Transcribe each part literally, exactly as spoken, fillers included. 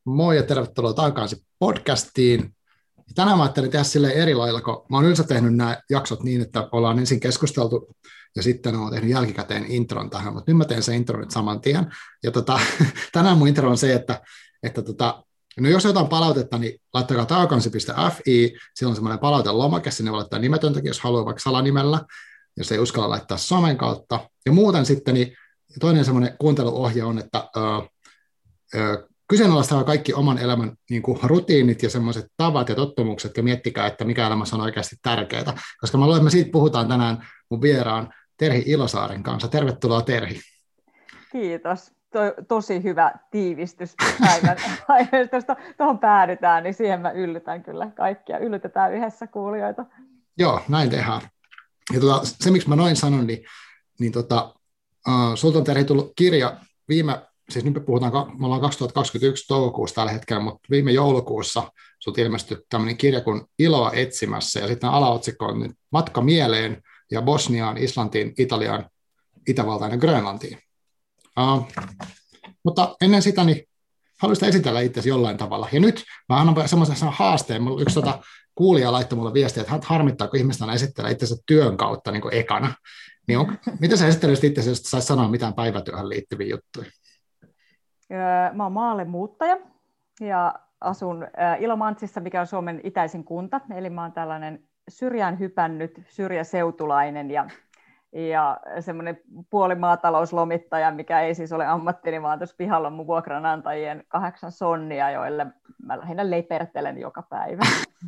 Moi ja tervetuloa takaisin podcastiin. Tänään mä ajattelin tehdä silleen eri lailla, kun mä oon yleensä tehnyt nämä jaksot niin, että ollaan ensin keskusteltu ja sitten oon tehnyt jälkikäteen intron tähän, mutta nyt mä teen sen intron nyt saman tien. Ja tota, tänään mun intro on se, että, että tota, no jos jotain palautetta, niin laittakaa taukansi piste fi, siellä on semmoinen palautelomake, sinne voi laittaa nimetöntäkin, jos haluaa vaikka salanimellä, jos ei uskalla laittaa somen kautta. Ja muuten sitten, niin toinen semmoinen kuunteluohje on, että ö, ö, kyseenalaistaa kaikki oman elämän niin kuin rutiinit ja semmoiset tavat ja tottumukset ja miettikää, että mikä elämässä on oikeasti tärkeää. Koska mä luulen, että me siitä puhutaan tänään mun vieraan Terhi Ilosaaren kanssa. Tervetuloa Terhi. Kiitos. To, tosi hyvä tiivistys päivän aiheesta. Jos tuohon päädytään, niin siihen mä yllytän kyllä kaikkia. Yllytetään yhdessä kuulijoita. Joo, näin tehdään. Ja tota, se, miksi mä noin sanon, niin, niin tota, uh, sulta on Terhi tullut kirja viime siis nyt me puhutaan, me ollaan kaksituhattakaksikymmentäyksi toukokuussa tällä hetkellä, mutta viime joulukuussa sinulta ilmestyi tämmöinen kirja kuin Iloa etsimässä, ja sitten alaotsikko on nyt Matka mieleen ja Bosniaan, Islantiin, Italiaan, Itävaltaan ja Grönlantiin. Uh, mutta ennen sitä, niin haluaisit esitellä itsesi jollain tavalla. Ja nyt mä annan semmoisen haasteen, yksi tota kuulija laittoi mulle viestiä, että harmittaa, kun ihmiset aina esittelee itsensä työn kautta niin kuin ekana. Niin on, miten sä esittelisit itsesi, jos saisi sanoa mitään päivätyöhön liittyviä juttuja? Mä oon maalle-muuttaja ja asun Ilomantsissa, mikä on Suomen itäisin kunta. Eli mä oon tällainen syrjään hypännyt syrjäseutulainen ja, ja semmoinen puolimaatalouslomittaja, mikä ei siis ole ammattini, vaan tuossa pihalla on mun vuokranantajien kahdeksan sonnia, joille mä lähinnä leipertelen joka päivä.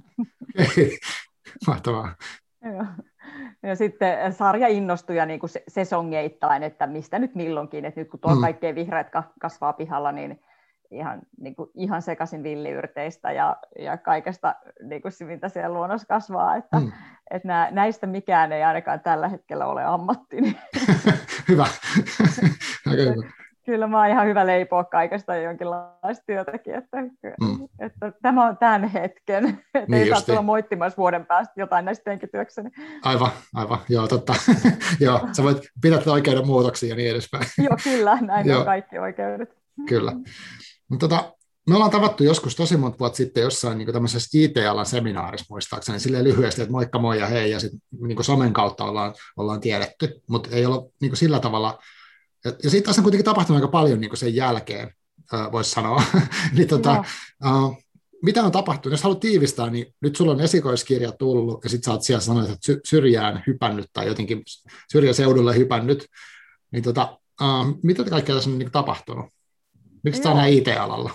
Mahtavaa. Joo. Ja sitten sarjainnostuja niin kuin sesongeittain, että mistä nyt milloinkin, että nyt kun tuolla mm. kaikkein vihreät kasvaa pihalla, niin ihan, niin kuin, ihan sekaisin villiyrteistä ja, ja kaikesta, niin kuin, mitä siellä luonnossa kasvaa, että, mm. että nää, näistä mikään ei ainakaan tällä hetkellä ole ammattini. Hyvä. Aika hyvä. Kyllä mä oon ihan hyvä leipoa kaikesta jonkinlaista työtäkin, että, mm. että tämä on tämän hetken, että niin ei saa tulla moittimassa vuoden päästä jotain näistä penkityökseni. Aivan, aivan, joo totta. Joo, sä voit pitää oikeuden muutoksia ja niin edespäin. Joo, kyllä, näin on kaikki oikeudet. Kyllä. Tota, me ollaan tavattu joskus tosi monta vuotta sitten jossain niin tämmöisessä I T-alan seminaarissa muistaakseni, silleen lyhyesti, että moikka moi ja hei, ja sitten niin somen kautta ollaan, ollaan tiedetty, mutta ei olla niin sillä tavalla. Ja siitä on kuitenkin tapahtunut aika paljon niin sen jälkeen, voisi sanoa. niin, tota, uh, mitä on tapahtunut? Jos haluat tiivistää, niin nyt sulla on esikoiskirja tullut, ja sitten sä oot siellä sanonut, että syrjään hypännyt tai jotenkin syrjäseudulle hypännyt. Niin tota, uh, mitä kaikkea tässä on niin tapahtunut? Miksi tämä on näin I T-alalla?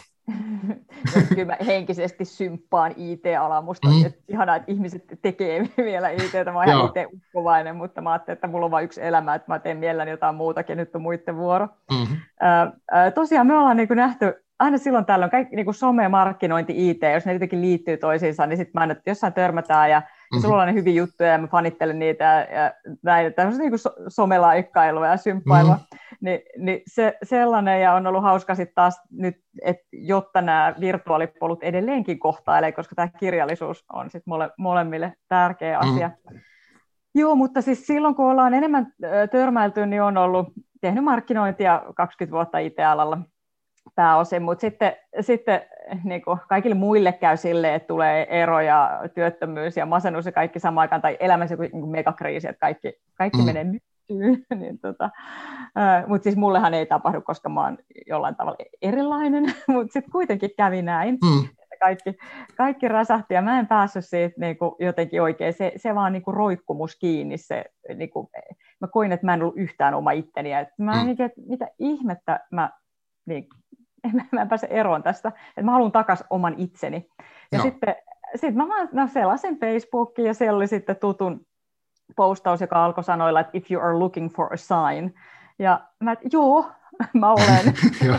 Kyllä mä henkisesti symppaan I T-alaa. Musta on mm. ihanaa, että ihmiset tekee vielä I T:tä. Mä oon ihan I T-ukkovainen, mutta mä ajattelin, että mulla on vain yksi elämä, että mä teen mielelläni jotain muutakin, nyt on muiden vuoro. Mm-hmm. Äh, tosiaan me ollaan niin kuin nähty aina silloin tällöin kaikki niin kuin some, markkinointi, I T, jos ne jotenkin liittyy toisiinsa, niin sitten mä aina, että jossain törmätään ja mm-hmm. sulla on ne hyviä juttuja ja mä fanittelen niitä ja, ja näin, tämmöistä niin kuin so- somelaikkailua ja symppailua. Mm-hmm. Ni, niin se, sellainen, ja on ollut hauska sitten taas nyt, että jotta nämä virtuaalipolut edelleenkin kohtailee, koska tämä kirjallisuus on sitten mole, molemmille tärkeä asia. Mm. Joo, mutta siis silloin kun ollaan enemmän törmäilty, niin on ollut tehnyt markkinointia kaksikymmentä vuotta I T-alalla pääosin, mutta sitten, sitten niin kuin kaikille muille käy silleen, että tulee ero ja työttömyys ja masennus ja kaikki samaan aikaan, tai elämässä joku niin megakriisi, että kaikki, kaikki mm. menee nyt. niin tota, mutta siis mullehan ei tapahdu, koska mä oon jollain tavalla erilainen, mutta sitten kuitenkin kävi näin, mm. että kaikki, kaikki räsähti ja mä en päässyt siitä niinku jotenkin oikein, se, se vaan niinku roikkumus kiinni, se, niinku, mä koin, että mä en ollut yhtään oma itteni, että mä mm. niin, että mitä ihmettä mä, niin, mä en pääse eroon tästä, että mä haluan takaisin oman itseni. Ja no. sitten sit mä, mä selasin Facebookiin ja siellä oli sitten tutun postaus, joka alkoi sanoilla, että if you are looking for a sign. Ja mä, että joo, mä olen.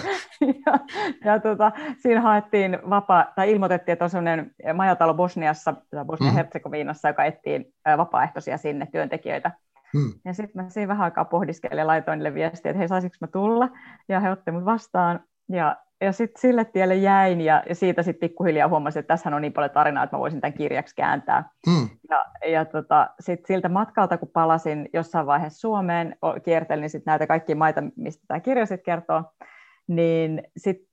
ja ja tota, siinä haettiin vapaa, tai ilmoitettiin, että on sellainen majatalo Bosniassa, Bosnia-Herzegovinassa, joka etsii vapaaehtoisia sinne työntekijöitä. Mm. Ja sitten mä siinä vähän aikaa pohdiskelin ja laitoin niille viestiä, että hei, saisinko mä tulla? Ja he otti mut vastaan. Ja, ja sitten sille tielle jäin, ja, ja siitä sitten pikkuhiljaa huomasin, että tässähän on niin paljon tarinaa, että mä voisin tämän kirjaksi kääntää. Mm. Ja, ja tota, sitten siltä matkalta, kun palasin jossain vaiheessa Suomeen, kiertelin sitten näitä kaikkia maita, mistä tämä kirja sitten kertoo, niin sitten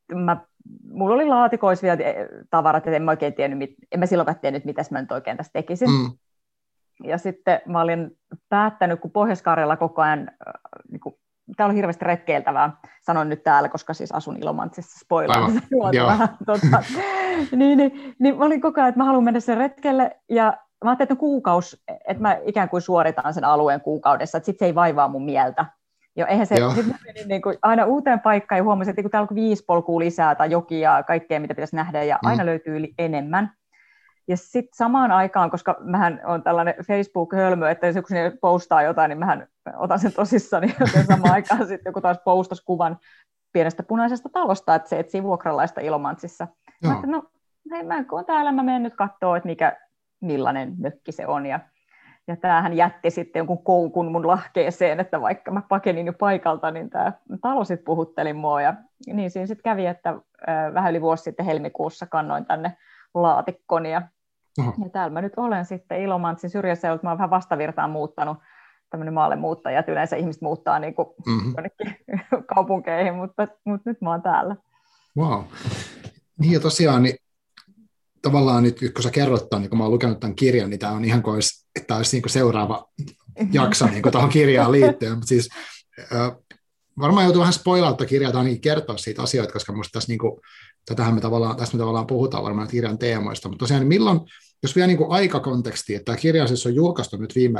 mä, mulla oli laatikoissa vielä tavarat, että en mä oikein tiennyt, mit, en mä silloinkaan tiennyt, mitä mä nyt oikein tässä tekisin. Mm. Ja sitten mä olin päättänyt, kun Pohjois-Karjala koko ajan, äh, niin kuin, täällä on hirveästi retkeiltävää, sanon nyt täällä, koska siis asun Ilomantsissa, spoilaan vähän. Tota, niin, niin, niin mä olin koko ajan, että mä haluan mennä sen retkelle, ja mä ajattelin, että kuukausi, että mä ikään kuin suoritan sen alueen kuukaudessa, että sit se ei vaivaa mun mieltä. Jo, eihän se, sit mä menin niin kuin aina uuteen paikkaan ja huomasin, että täällä on viisi polkua lisää tai jokia ja kaikkea, mitä pitäisi nähdä, ja aina mm. löytyy yli enemmän. Ja sitten samaan aikaan, koska mähän on tällainen Facebook-hölmö, että jos joku postaa jotain, niin mähän otan sen tosissani, joten samaan aikaan sitten joku taas postasi kuvan pienestä punaisesta talosta, että se etsii vuokralaista Ilomantsissa. Mä ajattelin, no hei, mä kun täällä, mä menen nyt katsoa, että mikä, millainen mökki se on. Ja, ja tämähän jätti sitten jonkun koukun mun lahkeeseen, että vaikka mä pakenin jo paikalta, niin tämä talo sitten puhutteli mua. Ja niin siinä sitten kävi, että äh, vähän yli vuosi sitten helmikuussa kannoin tänne laatikon ja Oho. Ja täällä mä nyt olen sitten Ilomantsin syrjäseudulta. Mä oon vähän vastavirtaan muuttanut, tämmöinen maalle muuttaja, että yleensä ihmiset muuttaa niin kuin mm-hmm. jonnekin kaupunkeihin, mutta, mutta nyt mä oon täällä. Wow. Niin ja tosiaan, niin, tavallaan nyt kun sä kerrot tämän, niin kun mä oon lukenut tämän kirjan, niin tämä on ihan kuin olisi, että tämä olisi niin kuin seuraava jakso niin kuin tuohon kirjaan liittyen. Mutta siis äh, varmaan joutuu vähän spoilaamaan tuota kirjaa tai kertoa siitä asioita, koska musta tässä, niin kuin, tätähän me tavallaan, tässä me tavallaan puhutaan varmaan kirjan teemoista. Mutta tosiaan, niin milloin, jos vielä niin kuin aikakonteksti, että tämä kirja siis on julkaistu nyt viime,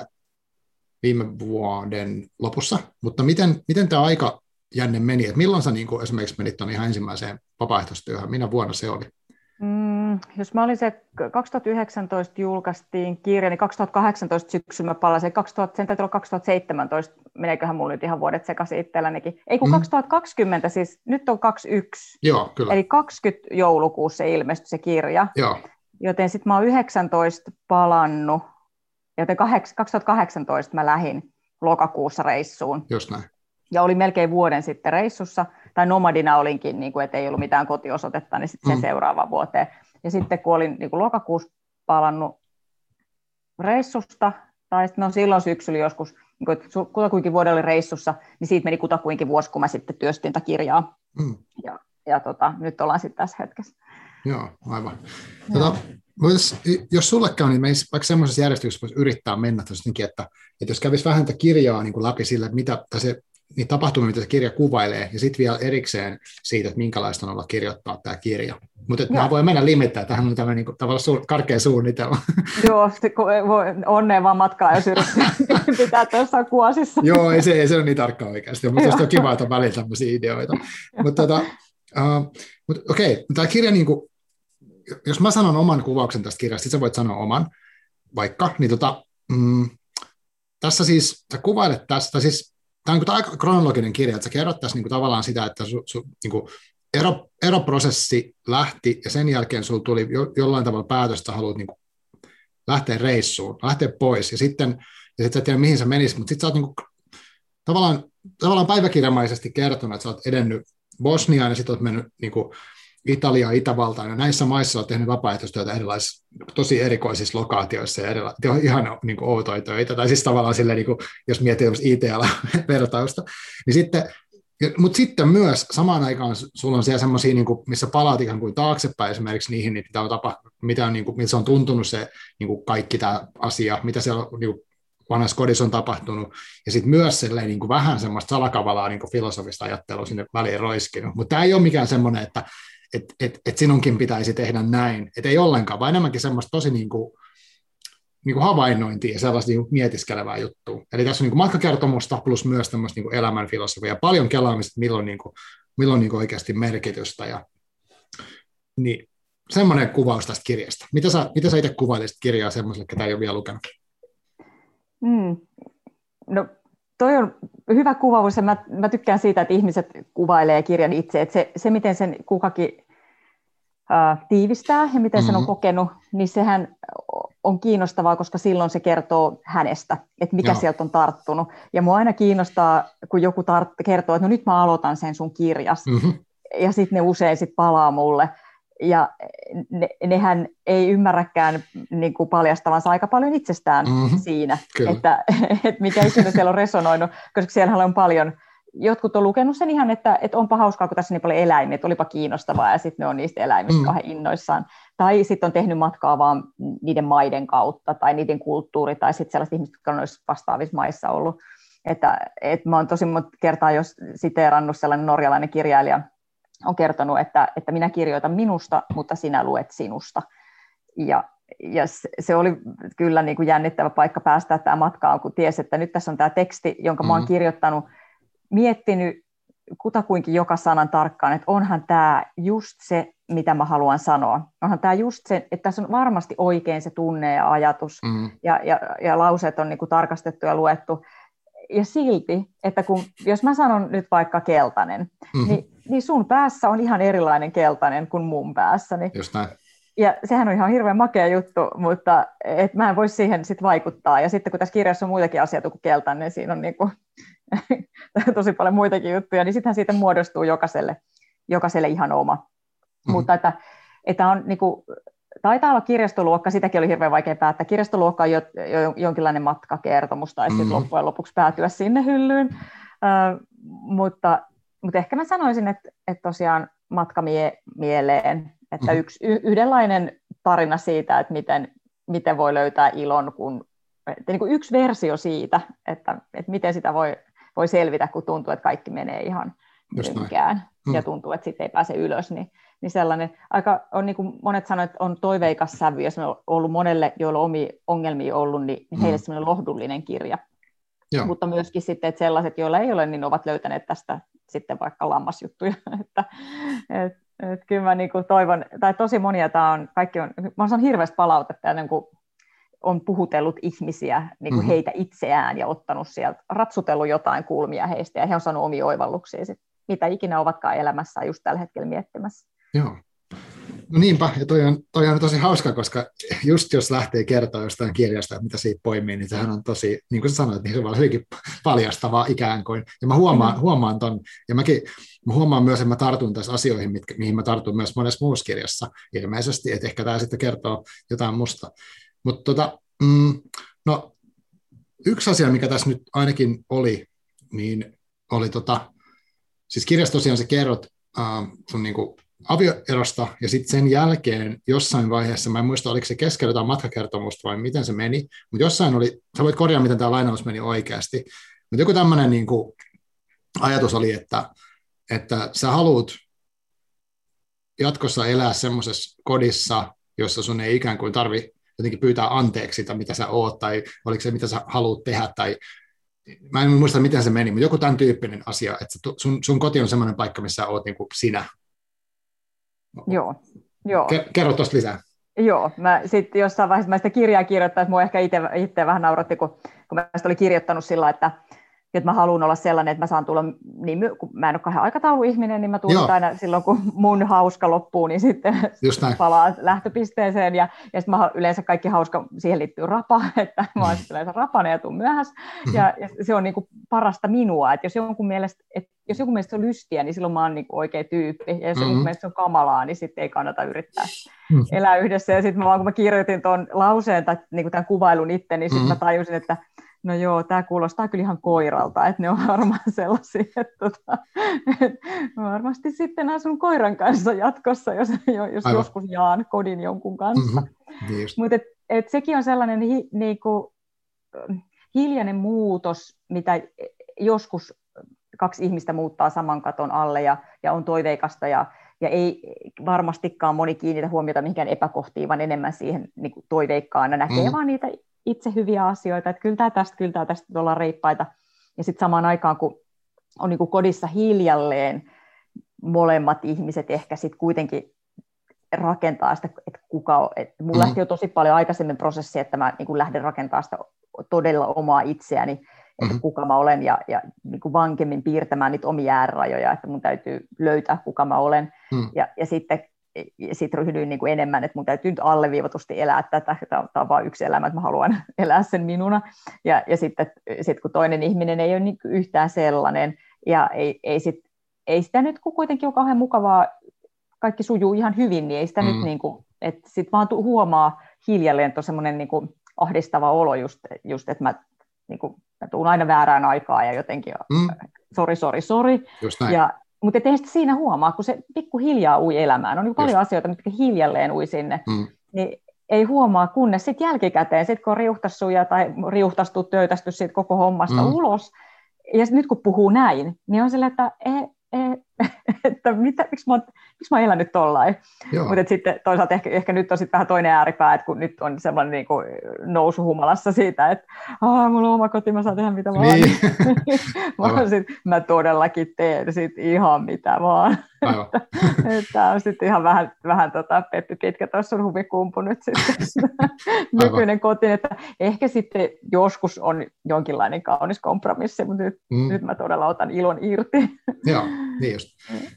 viime vuoden lopussa, mutta miten, miten tämä aikajänne meni, että milloin sä niin kuin esimerkiksi menit tuonne ihan ensimmäiseen vapaaehtoistyöhön, minä vuonna se oli? Mm, jos mä olin se, kaksituhattayhdeksäntoista julkaistiin kirja, niin kaksituhattakahdeksantoista syksyllä mä palasin, kaksituhatta, sen täytyy olla kaksituhattaseitsemäntoista, meneeköhän mulla nyt ihan vuodet sekaisin itsellänikin. Ei kun mm. kaksituhattakaksikymmentä, siis nyt on kaksikymmentäyksi, Joo, kyllä. Eli kaksikymmentä joulukuussa se ilmestyi se kirja, Joo. Joten sitten mä oon yhdeksäntoista palannut, joten kaksituhattakahdeksantoista mä lähdin lokakuussa reissuun. Just näin. Ja olin melkein vuoden sitten reissussa, tai nomadina olinkin, niin kuin, että ei ollut mitään kotiosoitetta, niin sitten sen mm. seuraavaan vuoteen. Ja sitten kun olin niin kuin lokakuussa palannut reissusta, tai no silloin syksyllä joskus, niin kuin, että kutakuinkin vuoden oli reissussa, niin siitä meni kutakuinkin vuosi, kun mä sitten työstin tätä kirjaa. Mm. Ja, ja tota, nyt ollaan sitten tässä hetkessä. Joo, aivan. Tota, vois, jos sulle käy, niin me ei vaikka semmoisessa järjestyksessä voisi yrittää mennä tosiaankin, että, että jos kävisi vähän tätä kirjaa niin kuin läpi sillä, että mitä se niin tapahtumia, mitä se kirja kuvailee, ja sitten vielä erikseen siitä, että minkälaista on olla kirjoittaa tämä kirja. Mutta mä voin mennä limittää, tähän on tämmöinen niin kuin, tavallaan su- karkea suunnitelma. Joo, onneen vaan matkaa, jos yrittää pitää tuossa kuosissa. Joo, ei se, ei se ole niin tarkka oikeasti, mutta on kiva, että on välillä tämmöisiä ideoita. Mutta tota, uh, mut, okei, okay, tämä kirja, niin kuin, jos mä sanon oman kuvauksen tästä kirjasta, sitten sä voit sanoa oman, vaikka, niin tota, mm, tässä siis, sä kuvailet tästä, siis tämä on aika kronologinen kirja, että sä kerrot tässä niin tavallaan sitä, että su, su, niin ero, eroprosessi lähti ja sen jälkeen sulla tuli jo, jollain tavalla päätös, että haluat niin lähteä reissuun, lähteä pois ja sitten, ja sitten sä et tiedä mihin sä menisit, mutta sitten sä oot niin kuin, tavallaan, tavallaan päiväkirjamaisesti kertonut, että sä oot edennyt Bosniaan ja sitten oot mennyt niin kuin Italiaan, Itävaltaan ja näissä maissa olet tehnyt vapaaehtoistyötä erilaisissa tosi erikoisissa lokaatioissa ja erilaisissa, ihan niin kuin outoja töitä, tai siis tavallaan silleen, niin kuin, jos miettii I T-ala-vertausta, niin sitten, mutta sitten myös samaan aikaan sulla on siellä semmoisia, niin kuin, missä palaat ikään kuin taaksepäin esimerkiksi niihin, mitä on, tapa, mitä on, niin kuin, miltä se on tuntunut se niin kuin kaikki tämä asia, mitä siellä on, niin kuin, vanhassa kodissa on tapahtunut, ja sitten myös silleen, niin kuin vähän semmoista salakavalaa niin kuin filosofista ajattelua sinne väliin roiskinut, mutta tämä ei ole mikään semmoinen, että että et, et sinunkin pitäisi tehdä näin, että ei ollenkaan, vaan enemmänkin semmoista tosi niin kuin, niin kuin havainnointia ja sellaista niin kuin mietiskelevää juttua. Eli tässä on niin kuin matkakertomusta plus myös tämmöistä niin kuin elämänfilosofiaa, paljon kelaamista, milloin, niin kuin, milloin niin kuin oikeasti merkitystä. Ja, niin, semmoinen kuvaus tästä kirjasta. Mitä sä, mitä sä itse kuvailisit kirjaa semmoiselle, ketä ei ole vielä lukenut? Mm. No, toi on hyvä kuvaus, ja mä, mä tykkään siitä, että ihmiset kuvailee kirjan itse, että se, se miten sen kukakin ää, tiivistää ja miten mm-hmm. sen on kokenut, niin sehän on kiinnostavaa, koska silloin se kertoo hänestä, että mikä Joo. sieltä on tarttunut. Ja mua aina kiinnostaa, kun joku tart- kertoo, että no nyt mä aloitan sen sun kirjas, mm-hmm. ja sitten ne usein sit palaa mulle. Ja ne, nehän ei ymmärräkään niin kuin paljastavansa aika paljon itsestään mm-hmm. siinä, että, että mikä ikinä siellä on resonoinut, koska siellä on paljon jotkut on lukenut sen ihan, että, että onpa hauskaa, kun tässä on niin paljon eläimiä, että olipa kiinnostavaa, ja sitten ne on niistä eläimistä mm. kauhean innoissaan. Tai sitten on tehnyt matkaa vaan niiden maiden kautta, tai niiden kulttuuri, tai sitten sellaiset ihmiset, jotka on noissa vastaavissa maissa ollut. Että, että mä oon tosi monta kertaa jo siteerannut, sellainen norjalainen kirjailija on kertonut, että, että minä kirjoitan minusta, mutta sinä luet sinusta. Ja, ja se oli kyllä niin kuin jännittävä paikka päästää tämä matkaan, kun tiesi, että nyt tässä on tämä teksti, jonka mä oon mm. kirjoittanut, miettinyt kutakuinkin joka sanan tarkkaan, että onhan tämä just se, mitä mä haluan sanoa. Onhan tämä just se, että tässä on varmasti oikein se tunne ja ajatus, mm. ja, ja, ja lauseet on niin kuin tarkastettu ja luettu. Ja silti, että kun, jos mä sanon nyt vaikka keltainen, mm-hmm. niin, niin sun päässä on ihan erilainen keltainen kuin mun päässäni. Just näin. Ja sehän on ihan hirveän makea juttu, mutta et mä en voi siihen sit vaikuttaa. Ja sitten kun tässä kirjassa on muitakin asioita kuin keltainen, niin siinä on niinku tosi paljon muitakin juttuja, niin sittenhän siitä muodostuu jokaiselle, jokaiselle ihan oma. Mm-hmm. Mutta että, että on niinku, taitaa olla kirjastoluokka, sitäkin oli hirveän vaikea päättää. Kirjastoluokka on jo, jo, jonkinlainen matkakertomus, tai sitten mm-hmm. loppujen lopuksi päätyä sinne hyllyyn. Uh, mutta, mutta ehkä mä sanoisin, että, että tosiaan matka mie- mieleen, että mm-hmm. yksi, y- yhdenlainen tarina siitä, että miten, miten voi löytää ilon, kun, että niin kuin yksi versio siitä, että, että miten sitä voi, voi selvitä, kun tuntuu, että kaikki menee ihan mynkään, mm. ja tuntuu, että sitten ei pääse ylös, niin, niin sellainen, aika on niin kuin monet sanoivat, että on toiveikas sävy, jos on ollut monelle, joilla on omia ongelmia ollut, niin mm. heille sellainen lohdullinen kirja. Joo. Mutta myöskin sitten, että sellaiset, joilla ei ole, niin ovat löytäneet tästä sitten vaikka lammasjuttuja, että et, et kyllä mä niin kuin toivon, tai tosi monia tämä on, kaikki on, mä saan hirveästi palautetta, niin kuin on puhutellut ihmisiä, niin kuin mm-hmm. heitä itseään, ja ottanut sieltä, rapsutellut jotain kulmia heistä, ja he on saanut omia oivalluksia sit, mitä ikinä ovatkaan elämässään just tällä hetkellä miettimässä. Joo. No niinpä, ja toi on, toi on tosi hauska, koska just jos lähtee kertoa jostain kirjasta, että mitä siitä poimii, niin sehän on tosi, niin kuin sä sanoit, niin se on hyvinkin paljastavaa ikään kuin. Ja mä huomaan, mm-hmm. huomaan ton, ja mäkin mä huomaan myös, että mä tartun tässä asioihin, mitkä, mihin mä tartun myös monessa muussa kirjassa ilmeisesti, että ehkä tämä sitten kertoo jotain musta. Mutta tota, mm, no, yksi asia, mikä tässä nyt ainakin oli, niin oli tota, siis kirjassa tosiaan sä kerrot äh, sun niinku avioerosta, ja sitten sen jälkeen jossain vaiheessa, mä en muista, oliko se keskellä jotain matkakertomusta vai miten se meni, mutta jossain oli, sä voit korjaa, miten tämä lainaus meni oikeasti, mutta joku tämmöinen niinku ajatus oli, että, että sä haluat jatkossa elää semmoisessa kodissa, jossa sun ei ikään kuin tarvi jotenkin pyytää anteeksi sitä, mitä sä oot, tai oliko se, mitä sä haluat tehdä, tai mä en muista, miten se meni, mutta joku tämän tyyppinen asia, että sun, sun koti on semmoinen paikka, missä sä oot niin kuin sinä. Joo, joo. Kerro tuosta lisää. Joo, mä sitten jossain vaiheessa mä sitä kirjaa kirjoittaa, että mua ehkä itse vähän nauratti, kun, kun mä sitä olin kirjoittanut sillä, että että mä haluan olla sellainen, että mä saan tulla, niin kun mä en ole kahden aikatauluihminen, niin mä tulen aina silloin, kun mun hauska loppuu, niin sitten palaan lähtöpisteeseen, ja, ja sitten mä yleensä kaikki hauska, siihen liittyy rapa, että mä oon sitten yleensä rapana ja tuun myöhässä, mm-hmm. ja, ja se on niinku parasta minua, että jos jonkun mielestä, että jos jonkun mielestä se on lystiä, niin silloin mä oon niinku oikea tyyppi, ja jos mm-hmm. jonkun mielestä se on kamalaa, niin sitten ei kannata yrittää mm-hmm. elää yhdessä, ja sitten mä vaan kun mä kirjoitin tuon lauseen tai niinku tämän kuvailun itse, niin sitten mm-hmm. mä tajusin, että no joo, tämä kuulostaa kyllä ihan koiralta, että ne on varmaan sellaisia, että, tota, että varmasti sitten asun koiran kanssa jatkossa, jos, jos joskus jaan kodin jonkun kanssa. Mm-hmm. Mutta et, et sekin on sellainen hi, niinku, hiljainen muutos, mitä joskus kaksi ihmistä muuttaa saman katon alle ja, ja on toiveikasta ja, ja ei varmastikaan moni kiinnitä huomiota mihinkään epäkohtiin, vaan enemmän siihen niin kuin toiveikkaana näkee mm-hmm. vaan niitä itse hyviä asioita, että kyllä tämä tästä, kyllä tämä tästä ollaan reippaita. Ja sitten samaan aikaan, kun on niin kuin kodissa hiljalleen molemmat ihmiset ehkä sitten kuitenkin rakentaa sitä, että kuka on. Että mulla mm-hmm. lähti jo tosi paljon aikaisemmin prosessi, että mä niin kuin lähden rakentamaan sitä todella omaa itseäni, että mm-hmm. kuka mä olen, ja, ja niin kuin vankemmin piirtämään niitä omia äärirajoja, että mun täytyy löytää, kuka mä olen. Mm-hmm. Ja, ja sitten ja sitten ryhdyin niin kuin enemmän, että mun täytyy nyt alleviivatusti elää tätä, tämä on vain yksi elämä, että mä haluan elää sen minuna, ja, ja sitten sit kun toinen ihminen ei ole niin yhtään sellainen, ja ei, ei, sit, ei sitä nyt, kun kuitenkin on kauhean mukavaa, kaikki sujuu ihan hyvin, niin ei sitä mm. nyt, niin kuin, että sitten vaan huomaa hiljalleen tuo semmoinen niin kuin ahdistava olo just, just että mä niin kuin mä tuun aina väärään aikaan ja jotenkin mm. sori, sori, sori. Mutta eihän sitä siinä huomaa, kun se pikkuhiljaa ui elämään. On niin paljon asioita, mitkä hiljalleen ui sinne. Mm. Niin ei huomaa, kunnes sitten jälkikäteen, sit kun on riuhtassuja tai riuhtastu, töytästy siitä koko hommasta mm. ulos. Ja nyt kun puhuu näin, niin on silleen, että, e, e, että mitä, miksi, mä oon, miksi mä oon elänyt tollain. Mutta sitten toisaalta ehkä, ehkä nyt on sitten vähän toinen ääripää, että kun nyt on sellainen niin kuin nousu humalassa siitä, että mulla on oma koti, mä saan tehdä mitä vaan. Niin. mä, sit, mä todellakin teen sit ihan mitä vaan. Tämä on sitten ihan vähän, vähän tota, Peppi Pitkä, tuossa on huvikumpu nyt sitten nykyinen koti, että ehkä sitten joskus on jonkinlainen kaunis kompromissi, mutta nyt, mm. nyt mä todella otan ilon irti. Joo, niin just.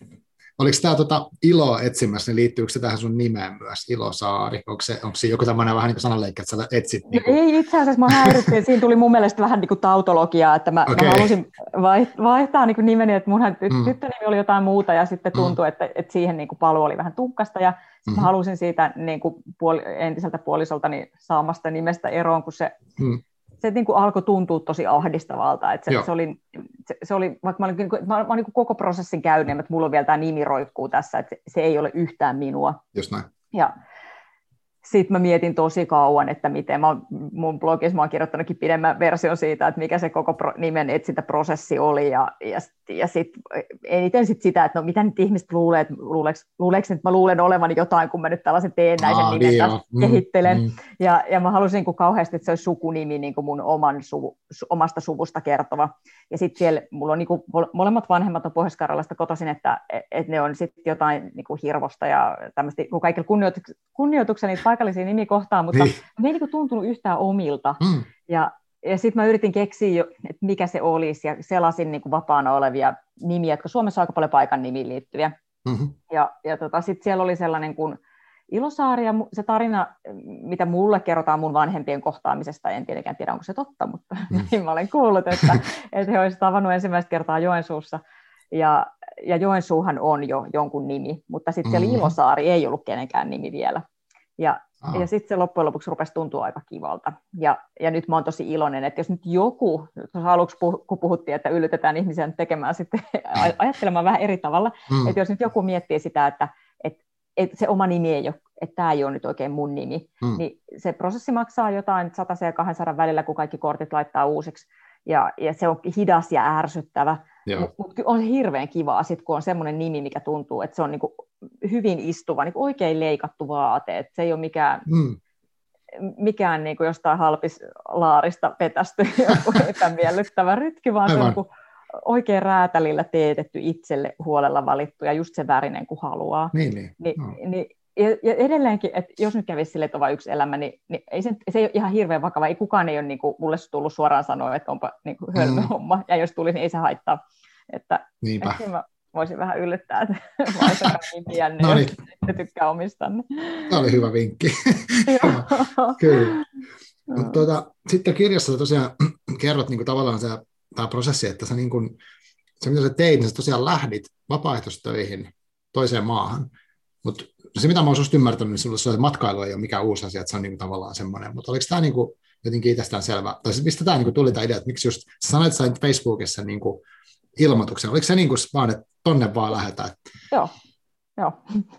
Oliko tämä tota ilo etsimässä, niin liittyykö se tähän sun nimeen myös, Ilosaari? Onko se, onko se joku tämmöinen vähän niin kuin sananleikki, että sä etsit? Niin kuin... Ei itse asiassa, mä häirittiin. Siinä tuli mun mielestä vähän niin kuin tautologiaa, että mä, okay. mä halusin vaihtaa niin kuin nimeni, että munhan mm. tyttönimi oli jotain muuta, ja sitten tuntui, mm. että, että siihen niin kuin paluu oli vähän tukkasta, ja mm-hmm. mä halusin siitä niin kuin puoli, entiseltä puolisoltani saamasta nimestä eroon, kun se... Mm. se niin kuin alkoi tuntua tosi ahdistavalta. Että se, se, oli, se, se oli, vaikka mä olin, mä, mä olin niin kuin koko prosessin käynyt, että mulla on vielä tämä nimi roikkuu tässä, että se, se ei ole yhtään minua. Just näin. Ja sitten mä mietin tosi kauan, että miten, mä, mun blogissa mä oon kirjoittanutkin pidemmän version siitä, että mikä se koko pro, nimen etsintäprosessi oli, ja, ja, ja sitten eniten sit sitä, että no mitä nyt ihmiset luulee, että luuleeko, luuleeko että mä luulen olevani jotain, kun mä nyt tällaisen teennäisen Aa, nimen niin taas mm, kehittelen, mm. Ja, ja mä halusin niin kuin kauheasti, että se olisi sukunimi niin kuin mun oman suvu, su, omasta suvusta kertova, ja sitten siellä mulla on niin kuin, molemmat vanhemmat on Pohjois-Karjalasta kotoisin, että et ne on sitten jotain niin kuin Hirvosta ja tämmöistä, kun kaikilla kunnioituksella niitä paikallisia nimikohtaan, mutta niin. Ne ei niin kuin tuntunut yhtään omilta. Mm. Ja, ja sitten mä yritin keksiä, että mikä se olisi, ja selasin niin kuin vapaana olevia nimiä, jotka Suomessa on aika paljon paikan nimiin liittyviä. Mm-hmm. Ja, ja tota, sitten siellä oli sellainen kuin Ilosaari, ja se tarina, mitä mulle kerrotaan mun vanhempien kohtaamisesta, en tietenkään tiedä, onko se totta, mutta mm. niin mä olen kuullut, että, että he olisivat tavannut ensimmäistä kertaa Joensuussa. Ja, ja Joensuuhan on jo jonkun nimi, mutta sitten siellä mm-hmm. Ilosaari ei ollut kenenkään nimi vielä. Ja, ja sitten se loppujen lopuksi rupesi tuntua aika kivalta. Ja, ja nyt mä oon tosi iloinen, että jos nyt joku, aluksi puh, kun puhuttiin, että yllytetään ihmisiä tekemään sitten, ajattelemaan vähän eri tavalla, mm. että jos nyt joku miettii sitä, että, että, että se oma nimi ei ole, että tämä ei ole nyt oikein mun nimi, mm. niin se prosessi maksaa jotain sata ja kaksisataa välillä, kun kaikki kortit laittaa uusiksi. Ja, ja se on hidas ja ärsyttävä, mutta mut on hirveän kivaa, sit, kun on semmoinen nimi, mikä tuntuu, että se on niinku hyvin istuva, niinku oikein leikattu vaate, että se ei ole mikään, mm. mikään niinku jostain halpislaarista petästy joku epämiellyttävä rytki, vaan Aivan. se on niinku oikein räätälillä teetetty, itselle huolella valittu ja just se värinen, kun haluaa. Niin, niin. Ni, no. ni, Ja, ja edelleenkin, että jos nyt kävisi sille, että on vain yksi elämä, niin, niin ei se, se ei ole ihan hirveän vakava. Ei kukaan ei ole niin kuin, mulle tullut suoraan sanoa, että onpa niin kuin hölmö homma. Mm. Ja jos tulisi, niin ei se haittaa. Että, että mä voisin vähän yllättää, että vaihtakaa nimiä, niin no niin. Jos ne tykkää omistanne. Tämä oli hyvä vinkki. Kyllä. Mutta tuota, sitten kirjassa tosiaan kerrot niin kuin tavallaan se, tämä prosessi, että sä niin kuin, se mitä sä teit, niin sä tosiaan lähdit vapaaehtoistöihin toiseen maahan. Mutta se, mitä mä oon susta ymmärtänyt, niin sulla se matkailu ei ole mikään uusi asia, että se on niinku tavallaan semmoinen. Mutta oliko tämä niinku jotenkin itsestään selvä? Tai mistä tämä niinku tuli tämä idea, että miksi just, sä sanoit, että sait Facebookissa niinku ilmoituksen. Oliko se niinku vaan, että tonne vaan lähdetään? Joo, joo.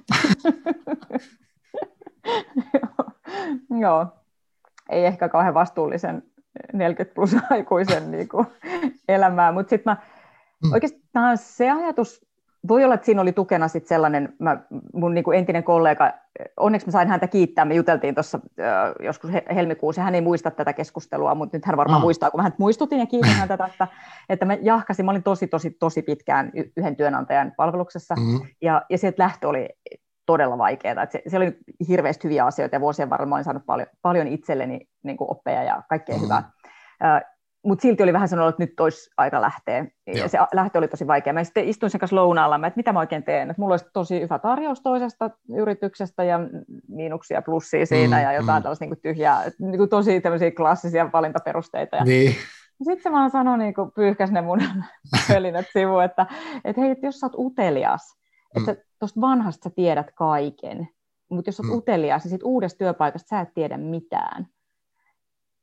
Joo. Ei ehkä kauhean vastuullisen neljäkymmentä plus aikuisen niinku elämää, mutta sitten mä mm. oikeastaan se ajatus, voi olla, että siinä oli tukena sit sellainen, mä, mun niin kuin entinen kollega, onneksi mä sain häntä kiittää, me juteltiin tuossa äh, joskus helmikuussa, hän ei muista tätä keskustelua, mutta nyt hän varmaan mm. muistaa, kun mä häntä muistutin ja kiitin häntä tästä, että mä jahkasin, mä olin tosi, tosi, tosi pitkään yhden työnantajan palveluksessa, mm. ja, ja sieltä lähtö oli todella vaikeaa, että se, se oli hirveästi hyviä asioita, ja vuosien varrella mä olin saanut paljon, paljon itselleni niin kuin oppeja ja kaikkea mm. hyvää. Äh, Mutta silti oli vähän sanonut, että nyt olisi aika lähteä. Ja se lähtö oli tosi vaikea. Mä sitten istuin sen kanssa lounaalla, että mitä mä oikein teen. Että mulla olisi tosi hyvä tarjous toisesta yrityksestä ja miinuksia ja plussia siinä mm, ja jotain mm. tällaista niin kuin tyhjää, niin kuin tosi tämmöisiä klassisia valintaperusteita. Ja niin. Sitten se vaan sanoi, niin kuin pyyhkäsi ne mun pölinät sivuun, että, että hei, jos sä oot utelias, mm. että tuosta vanhasta sä tiedät kaiken, mutta jos sä oot mm. utelias, niin siitä uudesta työpaikasta sä et tiedä mitään.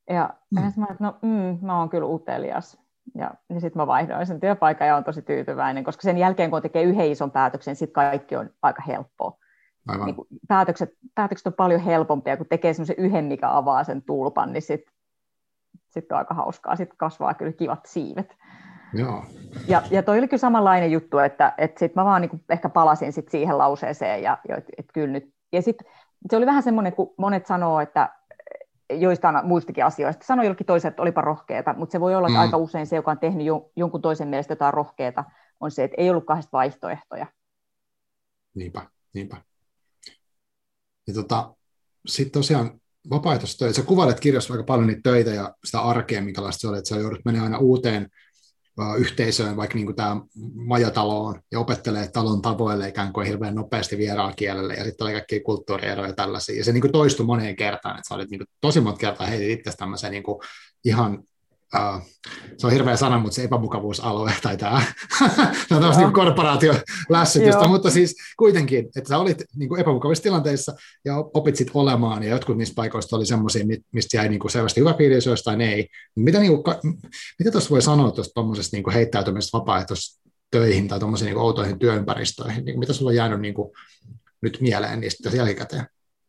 Ja mm. mä sanoin, että no mm, mä oon kyllä utelias. Ja, ja sitten mä vaihdoin sen työpaikan ja on tosi tyytyväinen, koska sen jälkeen kun tekee yhden ison päätöksen, sitten kaikki on aika helppoa. Niin päätökset, päätökset on paljon helpompia, kun tekee semmoisen yhden, mikä avaa sen tulpan, niin sitten sit on aika hauskaa. Sitten kasvaa kyllä kivat siivet. Joo. Ja, ja toi oli kyllä samanlainen juttu, että, että sitten mä vaan niin kuin ehkä palasin sit siihen lauseeseen. Ja, että, että kyllä nyt. Ja sitten se oli vähän semmoinen, kun monet sanoo, että joistain muistakin asioista. Sanoi jollekin toiselle, että olipa rohkeata, mutta se voi olla, että mm. aika usein se, joka on tehnyt jonkun toisen mielestä jotain rohkeata, on se, että ei ollut kahdesta vaihtoehtoja. Niinpä, niinpä. Ja tota, sitten tosiaan vapaaehtoistöitä, sä kuvailet kirjassa aika paljon niitä töitä ja sitä arkea, minkälaista se oli, että sä joudut menemään aina uuteen uh, yhteisöön, vaikka niin kuin tämä majataloon, ja opettelee talon tavoille ikään kuin hirveän nopeasti vieraan kielelle, ja sitten oli kaikkia kulttuurieroja ja tällaisia, ja se niin kuin toistui moneen kertaan, että sä olit niin kuin tosi monta kertaa heitit itse tämmöisen niin kuin ihan Uh, se on hirveä sana, mutta se epämukavuusalue tai tämä, se on tämmöistä niin korporaatiolässytystä, mutta siis kuitenkin, että sä olit niin kuin epämukavissa tilanteissa ja opit sit olemaan, ja jotkut niistä paikoista oli semmoisia, mistä jäi niin kuin selvästi hyvä fiilis, joistain ei. Mitä, niin kuin, mitä tuossa voi sanoa tuosta tuommoisesta niin kuin heittäytymisestä vapaaehtoistöihin tai tuommoisiin niin kuin outoihin työympäristöihin? Niin, mitä sulla on jäänyt niin kuin, nyt mieleen niistä jälkikäteen?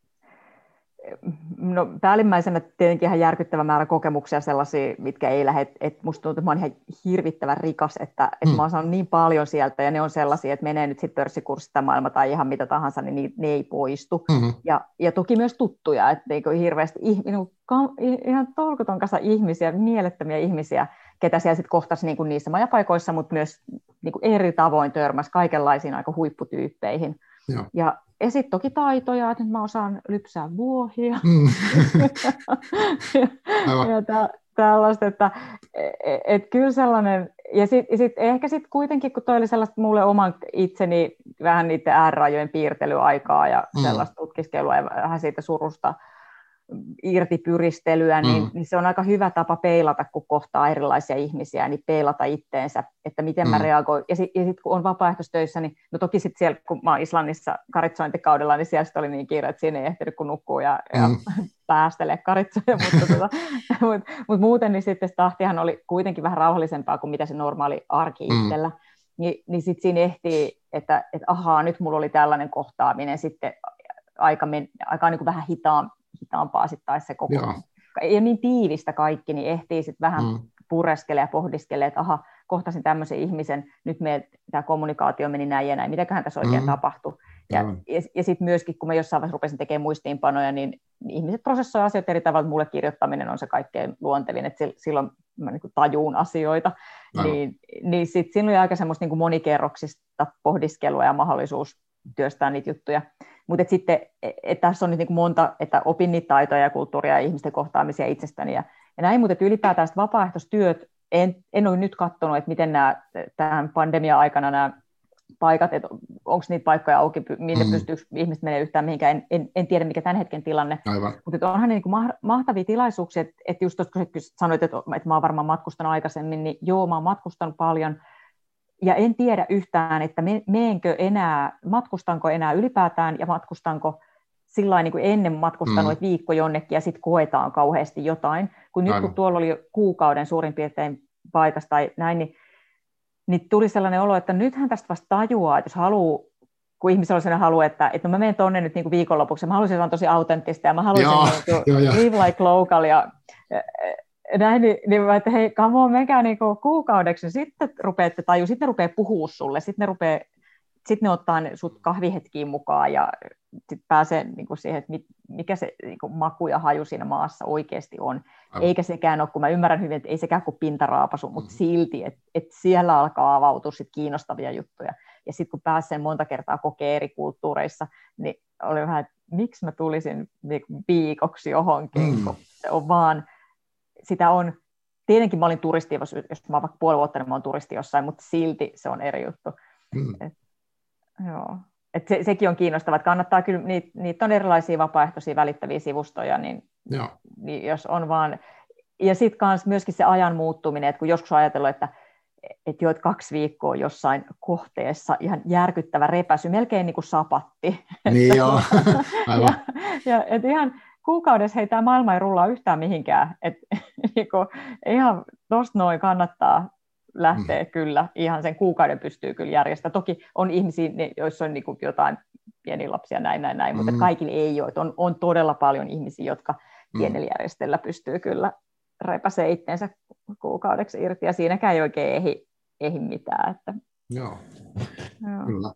No, päällimmäisenä tietenkin ihan järkyttävä määrä kokemuksia sellaisia, mitkä ei lähde, että musta tuntuu, että mä oon ihan hirvittävän rikas, että, että mm. mä oon saanut niin paljon sieltä, ja ne on sellaisia, että menee nyt sitten pörssikurssit tai maailma tai ihan mitä tahansa, niin ne, ne ei poistu. Mm-hmm. Ja, ja toki myös tuttuja, että niin hirveästi ihan tolkuton kanssa ihmisiä, mielettömiä ihmisiä, ketä siellä sitten kohtasi niin kuin niissä majapaikoissa, mutta myös niin kuin eri tavoin törmäsi kaikenlaisiin aika huipputyyppeihin. Joo. Ja, ja sitten toki taitoja, että nyt mä osaan lypsää vuohia. Mm. ja, ja tä, tällaista, että et, et kyllä sellainen, ja sitten sit ehkä sitten kuitenkin, kun toi oli sellaista mulle oman itseni vähän niiden äärirajojen piirtelyaikaa ja mm. sellaista tutkiskelua ja vähän siitä surusta irtipyristelyä, niin, mm. niin se on aika hyvä tapa peilata, kun kohtaa erilaisia ihmisiä, niin peilata itteensä, että miten mä mm. reagoin. Ja sitten sit, kun on vapaaehtoistöissä, niin no toki sitten siellä, kun mä oon Islannissa karitsointikaudella, niin siellä oli niin kiire, että siinä ei ehtinyt kun nukkuu ja, mm. ja päästelee karitsoja, mutta, tota, mutta, mutta muuten niin sitten tahtihan oli kuitenkin vähän rauhallisempaa kuin mitä se normaali arki mm. itsellä. Ni, niin sitten siinä ehtii, että, että ahaa, nyt mulla oli tällainen kohtaaminen, sitten aika, men, aika niin kuin vähän hitaan, hitaampaa sitten taisi se koko. Joo. Ei ole niin tiivistä kaikki, niin ehtii sitten vähän mm. pureskelemaan ja pohdiskelemaan, että aha, kohtasin tämmöisen ihmisen, nyt me, tämä kommunikaatio meni näin ja näin, mitäköhän tässä oikein mm. tapahtui. Ja, mm. ja, ja sitten myöskin, kun mä jossain vaiheessa rupesin tekemään muistiinpanoja, niin ihmiset prosessoivat asioita eri tavalla, mulle kirjoittaminen on se kaikkein luontevin, että silloin mä niin kuin tajuun asioita, mm. niin, niin sitten siinä oli aika semmoista niin kuin monikerroksista pohdiskelua ja mahdollisuus työstää niitä juttuja. Mutta sitten et tässä on nyt niin monta, että opin niitä taitoja ja kulttuuria ja ihmisten kohtaamisia itsestäni ja, ja näin, mutta ylipäätään vapaaehtoistyöt, en, en ole nyt katsonut, että miten nämä tämän pandemia-aikana nämä paikat, että onko niitä paikkoja auki, minne mm. pystyykö ihmiset menee yhtään mihinkään, en, en, en tiedä mikä tämän hetken tilanne, aivan. Mutta onhan ne niin kuin mahtavia tilaisuuksia, että, että just tuossa kun sanoit, että, että mä oon varmaan matkustanut aikaisemmin, niin joo, mä oon matkustanut paljon, ja en tiedä yhtään, että meenkö enää, matkustanko enää ylipäätään ja matkustanko sillä lailla niin kuin ennen matkustanut, mm. että viikko jonnekin ja sitten koetaan kauheasti jotain. Kun nyt kun tuolla oli kuukauden suurin piirtein paikassa tai näin, niin, niin tuli sellainen olo, että nythän tästä vasta tajuaa, että jos haluaa, kun ihmisellä on sellainen halu, että, että no mä menen tonne nyt niin kuin viikonlopuksi, mä haluaisin olla tosi autenttista ja mä haluaisin niin kuin live like local ja näin, niin, niin mä, että hei, come on, menkää niinku kuukaudeksi, sitten rupeatte tajua, sitten ne rupeaa puhua sulle, sitten ne, rupeaa, sitten ne ottaa ne sut kahvihetkiin mukaan ja sitten pääsee niinku siihen, että mikä se niinku maku ja haju siinä maassa oikeasti on. Aivan. Eikä sekään ole, kun mä ymmärrän hyvin, että ei sekään kuin pintaraapasu, mm-hmm. mutta silti, että et siellä alkaa avautua sit kiinnostavia juttuja. Ja sitten kun pääsee monta kertaa kokee eri kulttuureissa, niin oli vähän, että miksi mä tulisin niinku viikoksi johonkin, mm. kun se on vaan sitä on, tietenkin mä olin turisti, jos, jos mä oon vaikka puoli vuotta, niin mä oon turisti jossain, mutta silti se on eri juttu. Mm. Et, joo. Et se, sekin on kiinnostavaa, että kannattaa kyllä, niitä, niitä on erilaisia vapaaehtoisia välittäviä sivustoja, niin, niin jos on vaan, ja sitten myöskin se ajan muuttuminen, että kun joskus on ajatellut, että että jo kaksi viikkoa jossain kohteessa, ihan järkyttävä repäsy, melkein niin kuin sapatti. Niin joo, aivan. ja, ja, et ihan, kuukaudessa hei, tämä maailma ei rullaa yhtään mihinkään. Et, niinku, ihan tuosta noin kannattaa lähteä mm. kyllä, ihan sen kuukauden pystyy kyllä järjestämään. Toki on ihmisiä, joissa on niinku jotain pieniä lapsia, näin, näin, näin, mm. mutta kaikille ei ole. On, on todella paljon ihmisiä, jotka pienellä järjestöllä pystyy kyllä repäsee itseensä kuukaudeksi irti, ja siinäkään ei oikein ehdi, ehdi mitään. Että. Joo, Joo. Kyllä.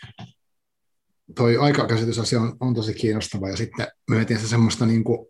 Toi aikakäsitysasia on, on tosi kiinnostava, ja sitten me mietin se semmoista niin kuin,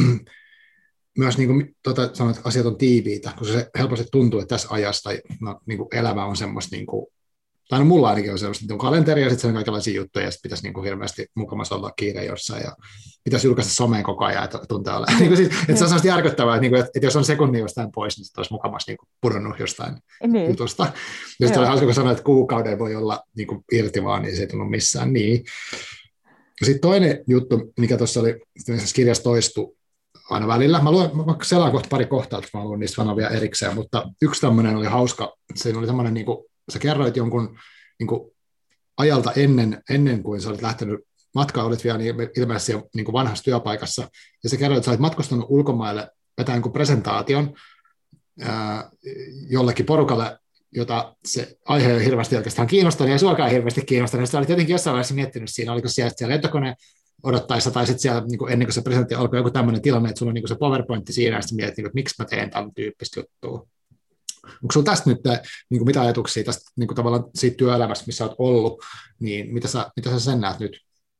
myös niin kuin, tuota, sanoit, että asiat on tiiviitä, koska se helposti tuntuu, että tässä ajassa tai, no, niin kuin elämä on semmoista, niin kuin, tai no, mulla ainakin on semmoista niin kalenteri, ja sitten on kaikenlaisia juttuja, ja sitten pitäisi niin kuin, hirveästi mukamassa olla kiire jossain, ja pitäisi julkaista someen koko ajan, että tuntuu olla. niin kuin, siis, että se on semmoista järkyttävää, että, niin kuin, että, että jos on sekunnin jostain pois, niin sitten olisi mukamassa niin kuin, pudonnut jostain niin. jutusta. Ja sitten oli hauska, kun sanoin, että kuukauden voi olla niin kuin, irti vaan, niin se ei tullut missään. Niin. Sitten toinen juttu, mikä tuossa oli, kirjassa toistui aina välillä. Mä luen, mä selaan kohta pari kohtaa, että mä luen niistä sanoa vielä erikseen, mutta yksi tämmöinen oli hauska. Siinä oli semmoinen, niin kuin, sä kerroit jonkun niin kuin, ajalta ennen, ennen kuin sä olit lähtenyt matkaan, olit vielä niin, ilmeisesti jo niin kuin vanhassa työpaikassa, ja sä kerroit, että sä olit matkustanut ulkomaille vetää niin kuin presentaation ää, jollekin porukalle, jota se aihe ei hirveästi oikeastaan kiinnostanut, ja suokaan hirveästi kiinnostanut, ja sä olit jotenkin jossain vaiheessa miettinyt siinä, oliko siellä, siellä lentokone odottaessa, tai sitten siellä niin kuin ennen kuin se presentti alkoi joku tämmöinen tilanne, että sulla on niin kuin se PowerPointti siinä, ja sitten mietit, että miksi mä teen tämän tyyppistä juttua. Onko sinulla tästä nyt niin kuin mitä ajatuksia tästä niin kuin tavallaan siitä työelämästä, missä olet ollut, niin mitä sä, mitä sä sen näet nyt?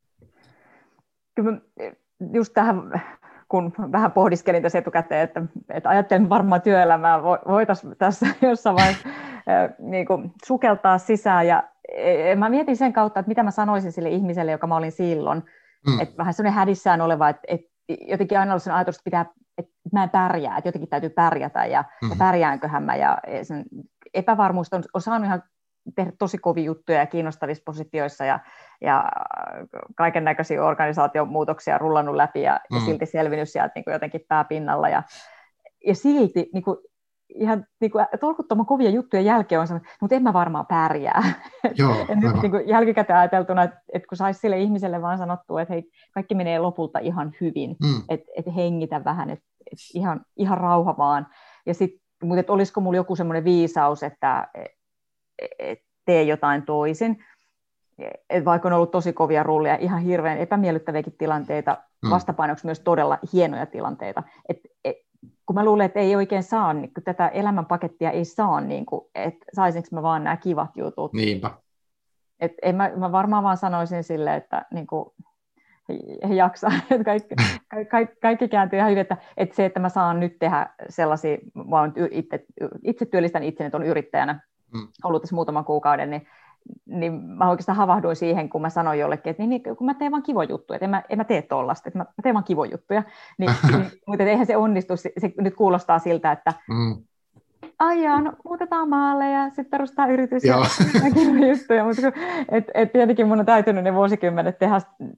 Kyllä just tähän, kun vähän pohdiskelin tässä etukäteen, että, että ajattelin varmaan työelämää voitaisiin tässä jossain vaiheessa niin kuin sukeltaa sisään, ja mä mietin sen kautta, että mitä mä sanoisin sille ihmiselle, joka mä olin silloin, mm. että vähän sellainen hädissään oleva, että, että jotenkin aina ollut sen ajatus, että, pitää, että mä en pärjää, että jotenkin täytyy pärjätä, ja, mm. ja pärjäänköhän mä, ja sen epävarmuus on, on saanut ihan tehdä tosi kovia juttuja ja kiinnostavissa positioissa, ja, ja kaiken näköisiä organisaatiomuutoksia rullannut läpi, ja, mm. ja silti selvinnyt sieltä niin kuin jotenkin pääpinnalla, ja, ja silti niin kuin, ihan niin kuin, tolkuttoman kovia juttuja jälkeen on sanonut, mutta en mä varmaan pärjää. Joo, nyt niin kuin jälkikäteen ajateltuna, että, että kun saisi sille ihmiselle vaan sanottua, että hei, kaikki menee lopulta ihan hyvin, mm. että, että hengitä vähän, että, että ihan, ihan rauha vaan. Ja sit, mutta että olisiko mulla joku semmoinen viisaus, että, että tee jotain toisin. Et vaikka on ollut tosi kovia rullia, ihan hirveän epämiellyttäviäkin tilanteita, mm. vastapainoksi myös todella hienoja tilanteita. Et, et, kun mä luulen, että ei oikein saa, niin kun tätä elämänpakettia ei saa, niin kun, että saisinko mä vaan nämä kivat jutut. Niinpä. Et en mä, mä varmaan vaan sanoisin silleen, että niin kun, he, he jaksaa, että kaikki, kaikki, kaikki kääntyy ihan hyvin, että, että se, että mä saan nyt tehdä sellaisia, mä oon itse, itse työllistän itseni tuon yrittäjänä, mm. ollut tässä muutaman kuukauden, niin niin mä oikeastaan havahduin siihen, kun mä sanoin jollekin, että niin, niin, kun mä teen vaan kivoja juttuja, että en mä, en mä tee tollaista, että mä, mä teen vaan kivoja juttuja, niin, niin, mutta eihän se onnistu, se, se nyt kuulostaa siltä, että mm. aijaa, no muutetaan maalle ja sitten perustaa yritys ja kivoja juttuja, mutta et, et tietenkin mun on täytynyt ne vuosikymmenet tehdä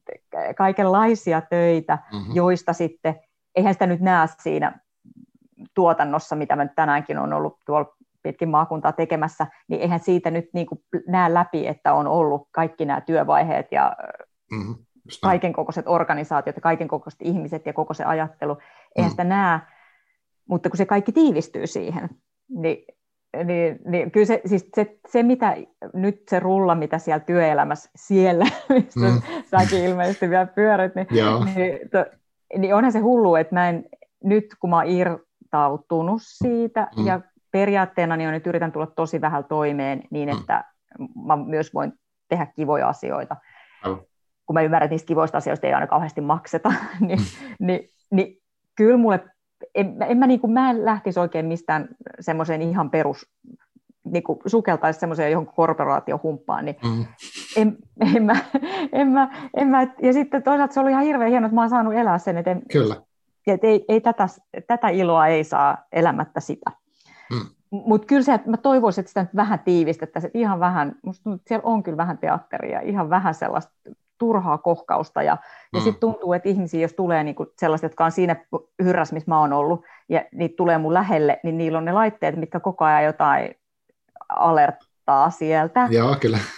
kaikenlaisia töitä, mm-hmm. joista sitten, eihän sitä nyt näe siinä tuotannossa, mitä mä nyt tänäänkin on ollut tuolla pitkin maakuntaa tekemässä, niin eihän siitä nyt niin kuin näe läpi, että on ollut kaikki nämä työvaiheet ja mm-hmm. kaiken kokoiset organisaatiot ja kaiken kokoiset ihmiset ja koko se ajattelu. Eihän mm. sitä näe, mutta kun se kaikki tiivistyy siihen, niin, niin, niin kyllä se, siis se, se, mitä nyt se rulla, mitä siellä työelämässä siellä, missä mm. säkin ilmeisesti vielä pyörit, niin, niin, to, niin onhan se hullu, että mä en, nyt kun mä oon irtautunut siitä mm. ja periaatteena niin nyt yritän tulla tosi vähän toimeen niin, että mm. mä myös voin tehdä kivoja asioita. Mm. Kun mä ymmärrän, että niistä kivoista asioista ei aina kauheasti makseta, niin, mm. niin, niin kyllä mulle, en, en mä, niin kuin, mä en lähtisi oikein mistään semmoiseen ihan perus, niin kuin sukeltaisi semmoiseen johonkin korporaatiohumppaan, niin mm. en, en, mä, en, mä, en mä, ja sitten toisaalta se oli ihan hirveän hienoa, että mä oon saanut elää sen, että, en, kyllä. että ei, ei tätä, tätä iloa ei saa elämättä sitä. Mm. Mutta kyllä se, että mä toivoisin, että sitä nyt vähän tiivistettäisiin, että ihan vähän, musta tuntuu, että siellä on kyllä vähän teatteria, ihan vähän sellaista turhaa kohkausta, ja, ja mm. sitten tuntuu, että ihmisiä, jos tulee niinku sellaiset, jotka on siinä hyrräs, missä mä oon ollut, ja niitä tulee mun lähelle, niin niillä on ne laitteet, mitkä koko ajan jotain alerttaa sieltä. Joo, kyllä.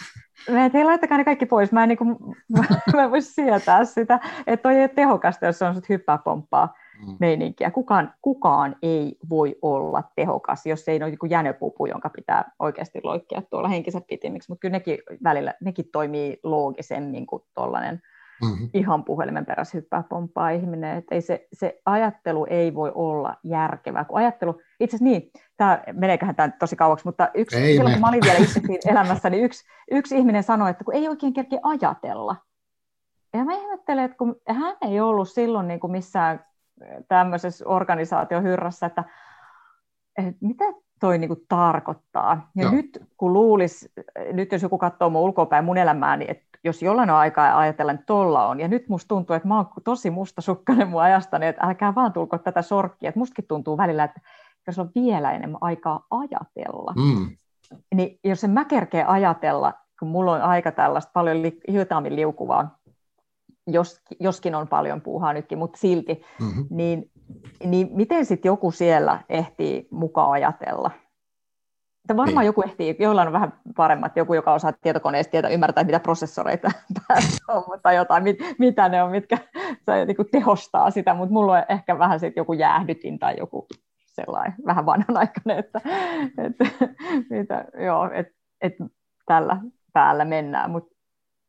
Me, hei, laittakaa ne kaikki pois. Mä en, niin kuin, mä en voi sietää sitä, että toi ei ole tehokasta, jos se on sit hyppää pomppaa mm. meininkiä. Kukaan, kukaan ei voi olla tehokas, jos ei ole niin jänöpupu, jonka pitää oikeasti loikkia tuolla henkisen pitimiksi. Mutta kyllä nekin välillä nekin toimii loogisemmin kuin tuollainen mm-hmm. ihan puhelimen perässä hyppää pomppaa ihminen. Että ei se, se ajattelu ei voi olla järkevää. Kun ajattelu, itse asiassa niin, tämä meneeköhän tämä tosi kauaksi, mutta yksi, silloin kun mä olin vielä itse elämässä, niin yksi, yksi ihminen sanoi, että kun ei oikein kerkeä ajatella. Ja mä ihmettelen, että kun hän ei ollut silloin niin kuin missään tämmöisessä organisaatiohyrrässä, että, että mitä toi niin kuin tarkoittaa. Ja Joo. nyt kun luulisi, nyt jos joku katsoo mun ulkoapäin mun elämää, niin että jos jollain on aikaa ajatella, niin tolla on. Ja nyt musta tuntuu, että mä oon tosi mustasukkainen mun ajastani, että älkää vaan tulko tätä sorkkia. Että mustakin tuntuu välillä, että jos on vielä enemmän aikaa ajatella, mm. niin jos en mä kerkeä ajatella, kun mulla on aika tällaista paljon li- hitaammin liukuvaa, jos, joskin on paljon puuhaa nytkin, mutta silti, mm-hmm. niin, niin miten sitten joku siellä ehtii mukaan ajatella? Että varmaan niin. Joku ehtii, jollain on vähän paremmat, joku, joka osaa tietokoneesta tietää, ymmärtää, mitä prosessoreita päässä on, tai jotain, mit, mitä ne on, mitkä se, niin kuin tehostaa sitä, mutta mulla on ehkä vähän sitten joku jäähdytin tai joku sellainen vähän vanhanaikainen, että, että, mitä, joo, et, et tällä päällä mennään, mutta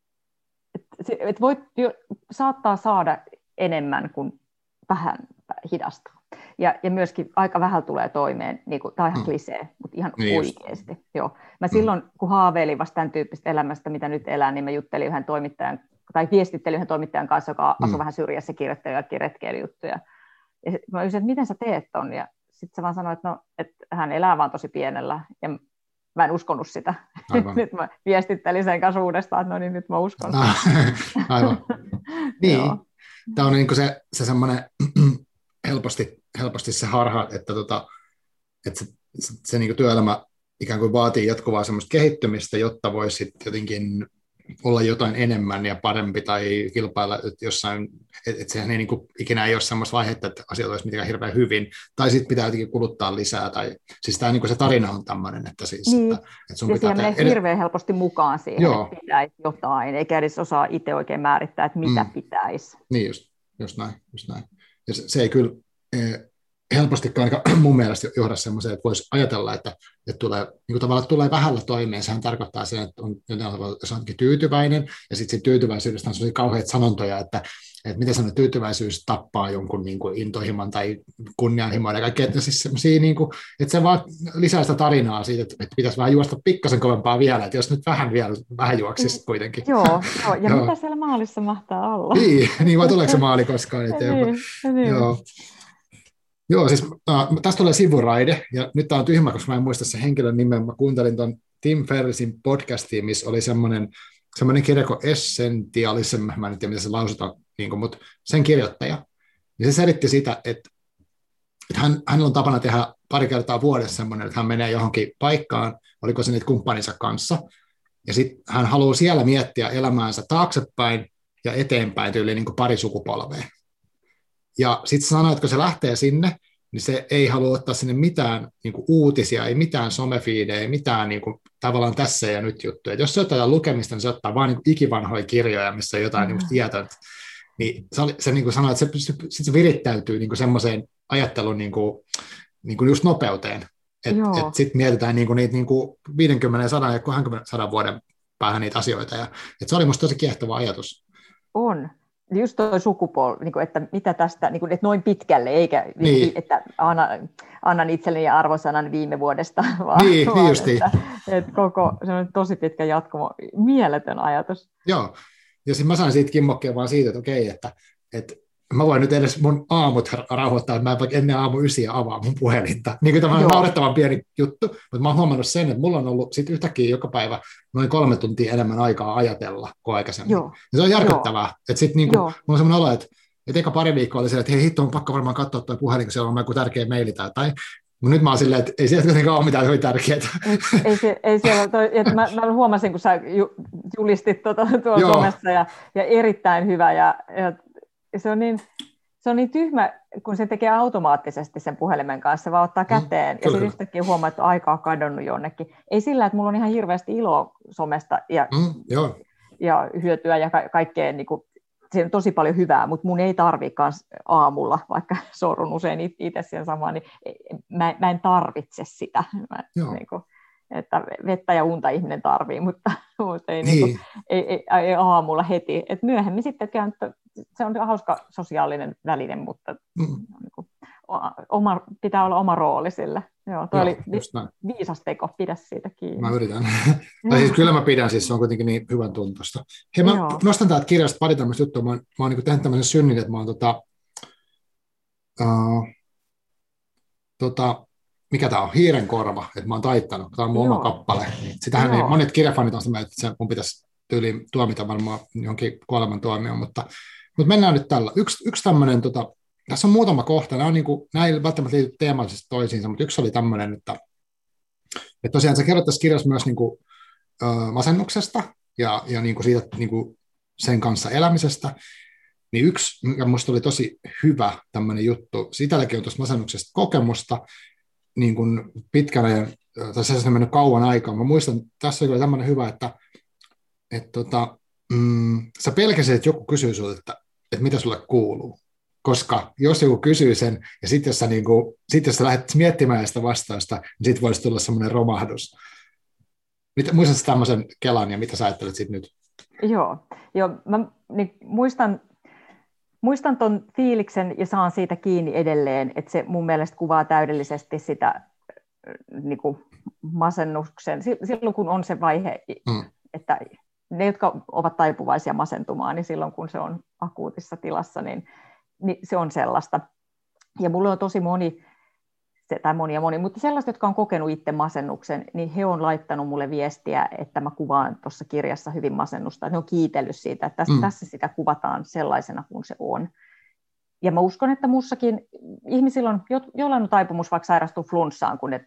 et, et voit jo, saattaa saada enemmän kuin vähän hidastaa. Ja, ja myöskin aika vähän tulee toimeen, niin kuin, tämä on ihan klisee, mutta ihan niin oikeasti. Joo. Mä silloin, kun haaveilin vasta tämän tyyppistä elämästä, mitä nyt elän, niin mä juttelin yhden toimittajan, tai viestittelin yhden toimittajan kanssa, joka asui mm. vähän syrjässä, kirjoitteli kaikki retkeilyjuttuja. Ja mä kysyin, että miten sä teet ton? Ja sitten se vaan sanoi, että, no, että hän elää vaan tosi pienellä, ja mä en uskonut sitä. Nyt mä viestittelin sen kanssa uudestaan, että no niin, nyt mä uskon. Aivan. Niin, tämä on niin kuin se, se semmoinen helposti, helposti se harha, että, tota, että se, se, se niin kuin työelämä ikään kuin vaatii jatkuvaa semmoista kehittymistä, jotta voisi jotenkin olla jotain enemmän ja parempi tai kilpailla jossain, että et sehän ei niin kuin, ikinä ei ole semmoista vaihetta, että asiat olisi mitenkään hirveän hyvin, tai sitten pitää jotenkin kuluttaa lisää, tai siis tämä, niin kuin se tarina on tämmöinen, että siis, niin. että, että sun ja pitää siihen menee hirveän helposti mukaan siihen, Joo. että pitäisi jotain, eikä edes osaa itse oikein määrittää, että mitä mm. pitäisi. Niin just, just näin, just näin. Ja se, se ei kyllä eh, helpostikaan mun mielestä johda semmoiseen, että voisi ajatella, että, että tulee, niin kuin tavallaan tulee vähällä toimeen. Sehän tarkoittaa sen, että on, jos on tyytyväinen, ja sitten tyytyväisyydestä on sellaisia kauheita sanontoja, että, että miten sellainen tyytyväisyys tappaa jonkun niin kuin intohimon tai kunnianhimon ja kaikkea, että, siis niin kuin, että se vaan lisää sitä tarinaa siitä, että, että pitäisi vähän juosta pikkasen kovempaa vielä, että jos nyt vähän vielä, vähän juoksisi kuitenkin. Joo, joo. ja joo. Mitä siellä maalissa mahtaa olla? Niin, niin vai tuleeko se maali koskaan eteen? niin, niin. Joo. Joo, siis äh, tästä tulee sivuraide, ja nyt tämä on tyhmä, koska mä en muista sen henkilön nimen. Mä kuuntelin tuon Tim Ferrissin podcastiin, missä oli semmoinen, semmoinen kirja kuin Essentialism, mä en tiedä, miten se lausutaan, niin kuin, mutta sen kirjoittaja. Ja se selitti sitä, että, että hän, hänellä on tapana tehdä pari kertaa vuodessa semmoinen, että hän menee johonkin paikkaan, oliko se niitä kumppaninsa kanssa, ja sitten hän haluaa siellä miettiä elämäänsä taaksepäin ja eteenpäin tyyliin niin kuin pari sukupolvea. Ja sitten sanoi, että kun se lähtee sinne, niin se ei halua ottaa sinne mitään niin kuin uutisia, ei mitään somefiidejä, ei mitään niin kuin, tavallaan tässä ja nyt juttuja. Et jos se ottaa lukemista, niin se ottaa vain niin ikivanhoja kirjoja, missä on jotain mm-hmm. niin tietää. Niin se, oli, se niin kuin sanoi, että se, sit se virittäytyy niin kuin semmoiseen ajattelun niin kuin, niin kuin just nopeuteen. Että et sitten mietitään niin kuin niitä niin kuin viisikymmentä, sata ja kaksikymmentä vuoden päähän niitä asioita. Ja, et se oli musta tosi kiehtova ajatus. On. Just tuo sukupolvi, että mitä tästä, että noin pitkälle, eikä niin. että annan, annan itselleni arvosanan viime vuodesta, vaan, niin, vaan niin että, että koko, se on tosi pitkä jatkumo, mieletön ajatus. Joo, ja sitten mä sain siitä kimmokkeen vaan siitä, että okei, että, että mä voin nyt edes mun aamut rauhoittaa, että mä en vaikka ennen aamu ysiä avaa mun puhelinta. Niin kuin tämä on naurettavan pieni juttu, mutta mä oon huomannut sen, että mulla on ollut sit yhtäkkiä joka päivä noin kolme tuntia enemmän aikaa ajatella kuin aikaisemmin. Joo. Ja se on järkyttävää. Että sitten niin mulla on sellainen olo, että, että eka pari viikkoa oli se, että hei hitto, on pakko varmaan katsoa tuo puhelin, kun siellä on joku tärkeä maili tai jotain. Mutta nyt mä oon silleen, että ei sieltä kuitenkaan ole mitään hyvin tärkeää. Ei, ei, se, ei siellä, toi, että mä, mä huomasin, kun sä julistit tuota, tuolla somessa ja, ja erittäin hyvä ja, ja se on niin... se on niin tyhmä, kun se tekee automaattisesti sen puhelimen kanssa, se vaan ottaa käteen, mm, ja sitten yhtäkkiä huomaa, että aika on kadonnut jonnekin. Ei sillä, että mulla on ihan hirveästi iloa somesta ja, mm, joo. ja hyötyä ja ka- kaikkea, niin kuin, siinä on tosi paljon hyvää, mutta mun ei tarvikaan aamulla, vaikka sorun usein itse sen samaan, niin mä, mä en tarvitse sitä. Mä, niin kuin, että vettä ja unta ihminen tarvii, mutta, mutta ei, niin. Niin kuin, ei, ei, ei aamulla heti. Et myöhemmin sitten, että se on hauska sosiaalinen väline, mutta mm. niin kuin, oma, pitää olla oma rooli sillä. Joo, toi Joo, oli vi, viisas teko, pidä siitä kiinni. Mä yritän. tai siis kyllä mä pidän, siis se on kuitenkin niin hyvän tuntosta. Hei, mä Joo. nostan täältä kirjasta pari tämmöistä juttua. Mä oon, mä oon niin tehnyt tämmöisen synnin, että mä oon tota, uh, tota, mikä tää on, Hiiren korva, että mä oon taittanut, tää on mun Joo. oma kappale. Sitähän ei, monet kirjafanit on sitä, että se mun pitäisi tyyliin tuomita varmaan johonkin kuoleman tuomioon, mutta, mutta mennään nyt tällä. Yksi, yksi tämmöinen, tota, tässä on muutama kohta, nämä, on niin kuin, nämä ei välttämättä liity teemallisesti toisiinsa, mutta yksi oli tämmöinen, että, että tosiaan sä kerrot tässä kirjassa myös niin kuin, uh, masennuksesta ja, ja niin kuin siitä niin kuin sen kanssa elämisestä, niin yksi, mikä musta oli tosi hyvä tämmöinen juttu, itselläkin on tuosta masennuksesta kokemusta, niin kuin pitkänä ja tässä on mennyt kauan aikaa. Mä muistan, tässä oli tämmöinen hyvä, että, että tota, mm, sä pelkäsit, että joku kysyy sulta, että, että mitä sulle kuuluu. Koska jos joku kysyy sen, ja sitten jos, niin sit jos sä lähdet miettimään sitä vastausta, niin sitten voisi tulla semmoinen romahdus. Muistatko tämmöisen Kelan, ja mitä sä ajattelet siitä nyt? Joo, Joo mä niin, muistan, muistan ton fiiliksen, ja saan siitä kiinni edelleen, että se mun mielestä kuvaa täydellisesti sitä niin kuin masennuksen, silloin kun on se vaihe, mm. että ne, jotka ovat taipuvaisia masentumaan, niin silloin kun se on akuutissa tilassa, niin niin se on sellaista. Ja mulla on tosi moni, tai moni ja moni, mutta sellaiset, jotka on kokenut itse masennuksen, niin he on laittanut mulle viestiä, että mä kuvaan tuossa kirjassa hyvin masennusta. Ne on kiitellyt siitä, että tässä, mm. tässä sitä kuvataan sellaisena kuin se on. Ja mä uskon, että mussakin ihmisillä on, jo, jollain on taipumus vaikka sairastua flunssaan, kun ne,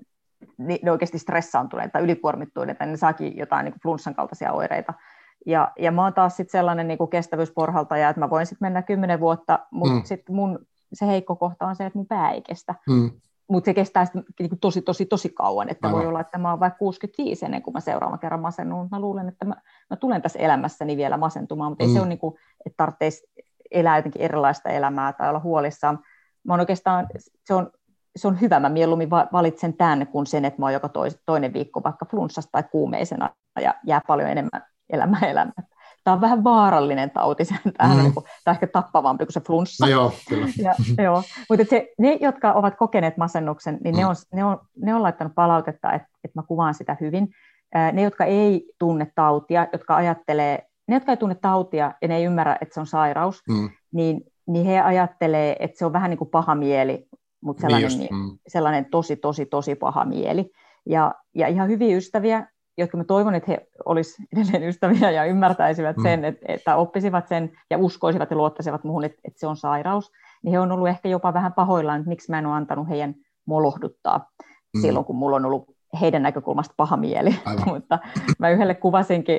ne oikeasti stressaantuneet tai ylikuormittuneet, ne saakin jotain niin kuin flunssan kaltaisia oireita. Ja, ja mä oon taas sit sellainen niin kuin kestävyysporhaltaja, että mä voin sitten mennä kymmenen vuotta, mutta mm. sitten mun se heikko kohta on se, että mun pää ei kestä. Mm. Mutta se kestää sit, niin kuin tosi, tosi, tosi kauan, että Aivan. voi olla, että mä oon vaikka kuusikymmentäviisi ennen kuin mä seuraavan kerran masennun. Mä luulen, että mä, mä tulen tässä elämässäni vielä masentumaan, mutta mm. ei se ole niin kuin, että tarvitsisi elää jotenkin erilaista elämää tai olla huolissaan. Mä oon oikeastaan, se on, se on hyvä, mä mieluummin valitsen tämän kuin sen, että mä oon joka toinen viikko vaikka flunssasta tai kuumeisena ja jää paljon enemmän elämää elämää. Tämä on vähän vaarallinen tauti, tämä on, mm. niinku, tämä on ehkä tappavampi kuin se flunssa. No joo, kyllä. Ja, joo. Mutta se, ne, jotka ovat kokeneet masennuksen, niin mm. ne, on, ne, on, ne on laittanut palautetta, että, että mä kuvaan sitä hyvin. Ne, jotka ei tunne tautia, jotka ajattelee, ne, jotka ei tunne tautia ja ne ei ymmärrä, että se on sairaus, mm. niin, niin he ajattelee, että se on vähän niin kuin paha mieli, mutta sellainen, niin just, mm. sellainen tosi, tosi, tosi paha mieli. Ja, ja ihan hyviä ystäviä, jotka mä toivon, että he olisivat edelleen ystäviä ja ymmärtäisivät sen, mm. että, että oppisivat sen ja uskoisivat ja luottaisivat muuhun, että, että se on sairaus, niin he on ollut ehkä jopa vähän pahoillaan, että miksi mä en ole antanut heidän molohduttaa mm. silloin, kun mulla on ollut heidän näkökulmasta paha mieli. Mutta mä yhdelle kuvasinkin,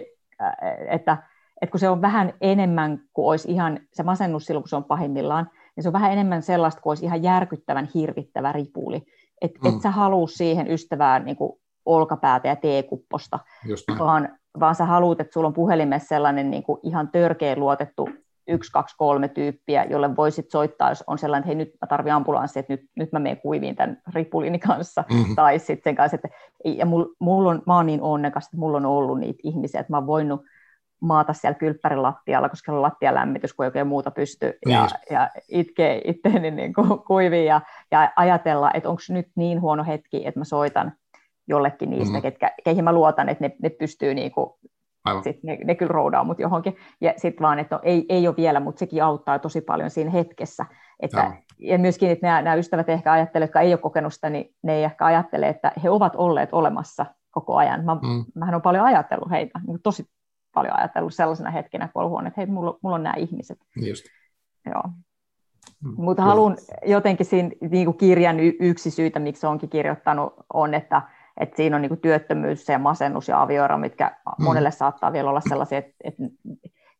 että, että kun se on vähän enemmän kuin olisi ihan se masennus silloin, kun se on pahimmillaan, niin se on vähän enemmän sellaista kuin olisi ihan järkyttävän hirvittävä ripuli. Että mm. et sä halua siihen ystävään niin kuin olkapäätä ja teekupposta, vaan, vaan sä haluat, että sulla on puhelimessa sellainen niin kuin ihan törkeä luotettu yksi, kaksi, kolme tyyppiä, jolle voisit soittaa, jos on sellainen, että hei, nyt mä tarvitsen ambulanssia, että nyt, nyt mä menen kuiviin tämän ripulini kanssa, mm-hmm. tai sitten sen kanssa, että ja mul, mul on, mä oon niin onnekas, että mulla on ollut niitä ihmisiä, että mä oon voinut maata siellä kylppärin lattialla, koska on lattialämmitys, kun ei oikein muuta pysty, ja, yes. ja itkee itteeni niin kuin kuiviin, ja, ja ajatella, että onko nyt niin huono hetki, että mä soitan jollekin niistä, mm-hmm. ketkä, keihin mä luotan, että ne, ne pystyy, niinku, sit ne, ne kyllä roudaa mut johonkin, ja sitten vaan, että no, ei, ei ole vielä, mutta sekin auttaa tosi paljon siinä hetkessä, että, ja myöskin, että nämä, nämä ystävät ehkä ajattelevat, jotka ei ole kokenut sitä, niin ne ei ehkä ajattele, että he ovat olleet olemassa koko ajan. Mä, mm. Mähän olen paljon ajatellut heitä, niin tosi paljon ajatellut sellaisena hetkinä, kun olen huomannut, että hei, mulla, mulla on nämä ihmiset. Just. Joo. Mm. Mutta haluan jotenkin siinä niin kuin kirjan y- yksi syytä, miksi onkin kirjoittanut, on, että että siinä on niin kuin työttömyys ja masennus ja avioero, mitkä mm. monelle saattaa vielä olla sellaisia, että, että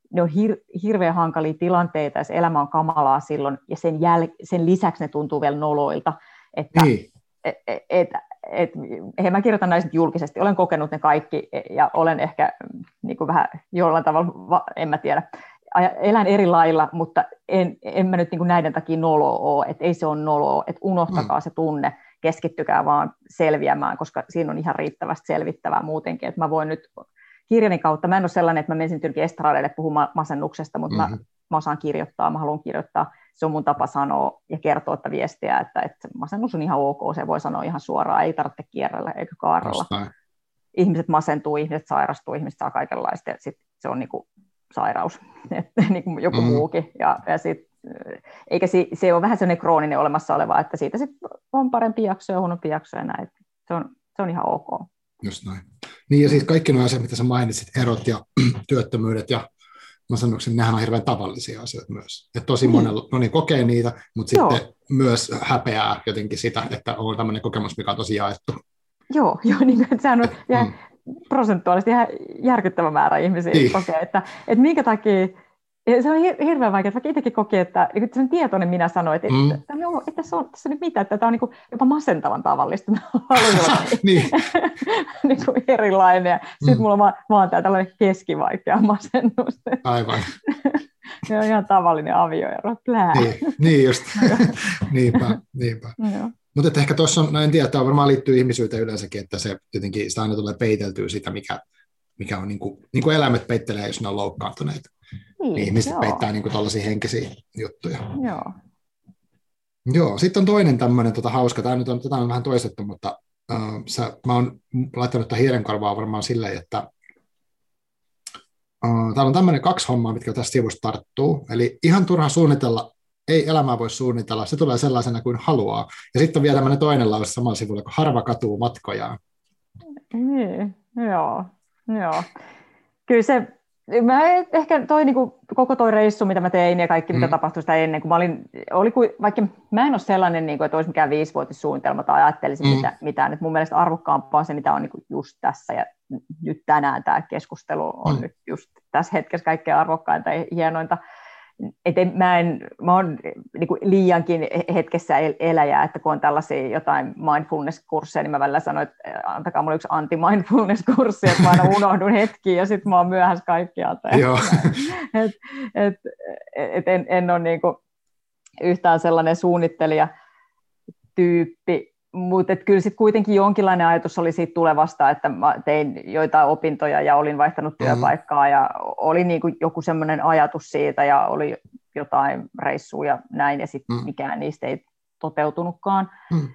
ne on hir- hirveän hankalia tilanteita, ja se elämä on kamalaa silloin, ja sen, jäl- sen lisäksi ne tuntuu vielä noloilta, että niin. et, et, et, et, he, mä kirjoitan näistä julkisesti, olen kokenut ne kaikki, ja olen ehkä niin kuin vähän jollain tavalla, en mä tiedä, elän eri lailla, mutta en, en mä nyt niin kuin näiden takia noloa ole, että ei se ole noloa, että unohtakaa mm. se tunne, keskittykää vaan selviämään, koska siinä on ihan riittävästi selvittävää muutenkin, että mä voin nyt kirjani kautta, mä en ole sellainen, että mä menisin tyrkin estradeille puhumaan masennuksesta, mutta mm-hmm. mä, mä osaan kirjoittaa, mä haluan kirjoittaa, se on mun tapa sanoa ja kertoa että viestiä, että, että masennus on ihan ok, se voi sanoa ihan suoraan, ei tarvitse kierrellä eikä kaarella. Jostain. Ihmiset masentuu, ihmiset sairastuu, ihmiset saa kaikenlaista, ja sit se on niinku sairaus, että niinku joku mm-hmm. muukin, ja, ja sit, eikä si, se on vähän sellainen krooninen olemassa oleva, että siitä sit on parempi jakso ja huonompi jakso ja näin, se on, se on ihan ok. Just näin. Niin ja siis kaikki nuo asiat, mitä sä mainitsit, erot ja työttömyydet ja masennuksen, nehän on hirveän tavallisia asioita myös. Että tosi monella, moni kokee niitä, mutta Joo. sitten myös häpeää jotenkin sitä, että on tämmöinen kokemus, mikä on tosi jaettu. Joo, jo, niin kuin, että sehän on mm. prosentuaalisesti ihan järkyttävä määrä ihmisiä niin. kokee, että, että minkä takia, se on hirveän vaikea, vaikka itsekin kokee, että se on tietoinen minä sanoin, että, mm. että, että tässä on tässä nyt mitään, että tämä on niin jopa masentavan tavallista, mä haluan olla niin. niin kuin erilainen, ja sitten mm. mulla on vaan, vaan tämä tällainen keskivaikea masennus. Aivan. Se on ihan tavallinen avioero, plää. Niin, niin just, niinpä, niinpä. No. Mutta ehkä tuossa on, no en tiedä, tämä varmaan liittyy ihmisyyteen yleensäkin, että se jotenkin sitä aina tulee peiteltyä sitä, mikä, mikä on niin kuin, niin kuin eläimet peittelee, jos ne on loukkaantuneita. Niin, niin ihmiset joo. peittää niin kuin tällaisia henkisiä juttuja. Joo. Joo, sitten on toinen tämmöinen tota, hauska, tämä nyt on, tätä on vähän toistettu, mutta uh, sä, mä oon laittanut tätä hiirenkarvaa varmaan silleen, että uh, täällä on tämmöinen kaksi hommaa, mitkä tästä sivusta tarttuu, eli ihan turha suunnitella, ei elämää voi suunnitella, se tulee sellaisena kuin haluaa. Ja sitten on vielä tämmöinen toinen lause samalla sivulla, kun harva katuu matkojaan. Niin, joo, joo. Kyllä se, mä ehkä toi niinku, koko toi reissu, mitä mä tein ja kaikki, mitä mm. tapahtui sitä ennen, kun mä olin, oli kuin, vaikka mä en ole sellainen, niinku, että olisi mikään viisivuotissuunnitelma tai ajattelisin mm. mitä, mitään, että mun mielestä arvokkaampaa on se, mitä on niinku, just tässä ja nyt tänään tämä keskustelu on mm. nyt just tässä hetkessä kaikkein arvokkainta ja hienointa. Et en, mä, en, mä oon niin kuin liiankin hetkessä eläjää, että kun on tällaisia jotain mindfulness-kursseja, niin mä välillä sanoin, että antakaa mulle yksi anti-mindfulness-kurssi, että mä aina unohdun hetkiin ja sitten mä oon myöhässä kaikkialta. et, et, et en, en ole niin kuin yhtään sellainen suunnittelija-tyyppi, mutta kyllä sitten kuitenkin jonkinlainen ajatus oli siitä tulevasta, että mä tein joitain opintoja ja olin vaihtanut työpaikkaa mm. ja oli niin kuin joku semmoinen ajatus siitä ja oli jotain reissuja ja näin ja sitten mm. mikään niistä ei toteutunutkaan. Mm.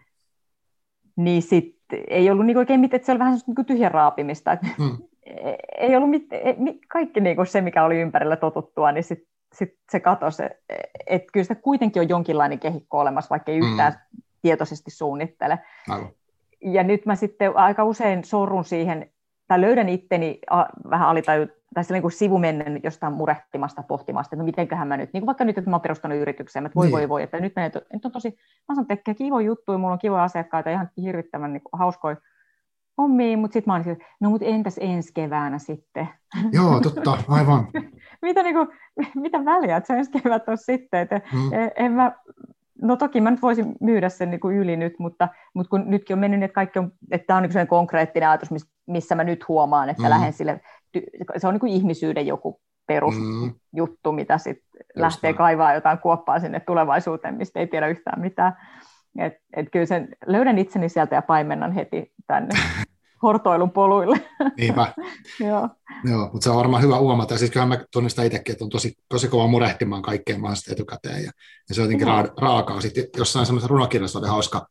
Niin sitten ei ollut niin oikein mitään, että se oli vähän niin tyhjän raapimista. Mm. Ei ollut mit, kaikki niin kuin se, mikä oli ympärillä totuttua, niin sitten sit se katosi. Että kyllä sitä kuitenkin on jonkinlainen kehikko olemassa, vaikka ei yhtään mm. tietoisesti suunnittele. Aivan. Ja nyt mä sitten aika usein sorrun siihen, tai löydän itteni a, vähän alitaju, tai niin kuin sivumennen jostain murehtimasta, pohtimasta, että no mitenköhän mä nyt, niin kuin vaikka nyt, että mä oon perustanut yritykseen, että voi niin. voi voi, että nyt, menee, nyt on tosi, mä sanon tekee kivoja juttuja, mulla on kivoja asiakkaita, ihan hirvittävän niin hauskoja hommia, mutta sitten mä oon niin, no mutta entäs ensi keväänä sitten? Joo, totta, aivan. mitä, niin kuin, mitä väliä, että se ensi kevät on sitten, että hmm. en mä, no toki mä nyt voisin myydä sen niin kuin yli nyt, mutta, mutta kun nytkin on mennyt, niin että kaikki on, että tämä on niin konkreettinen ajatus, missä mä nyt huomaan, että mm. lähden sille, se on niin kuin ihmisyyden joku perusjuttu, mm. mitä sitten lähtee näin. Kaivaa jotain kuoppaa sinne tulevaisuuteen, mistä ei tiedä yhtään mitään. Et, et kyllä sen löydän itseni sieltä ja paimennan heti tänne hortoilun poluille. Niinpä. Joo. Joo, mutta se on varmaan hyvä huomata. Ja siis kyllähän mä tunnistan itsekin, että on tosi, tosi kova murehtimaan kaikkeen mahdollisesti etukäteen. Ja, ja se on jotenkin ra- raakaa. Sitten jossain semmoisessa runokirjassa oli hauska.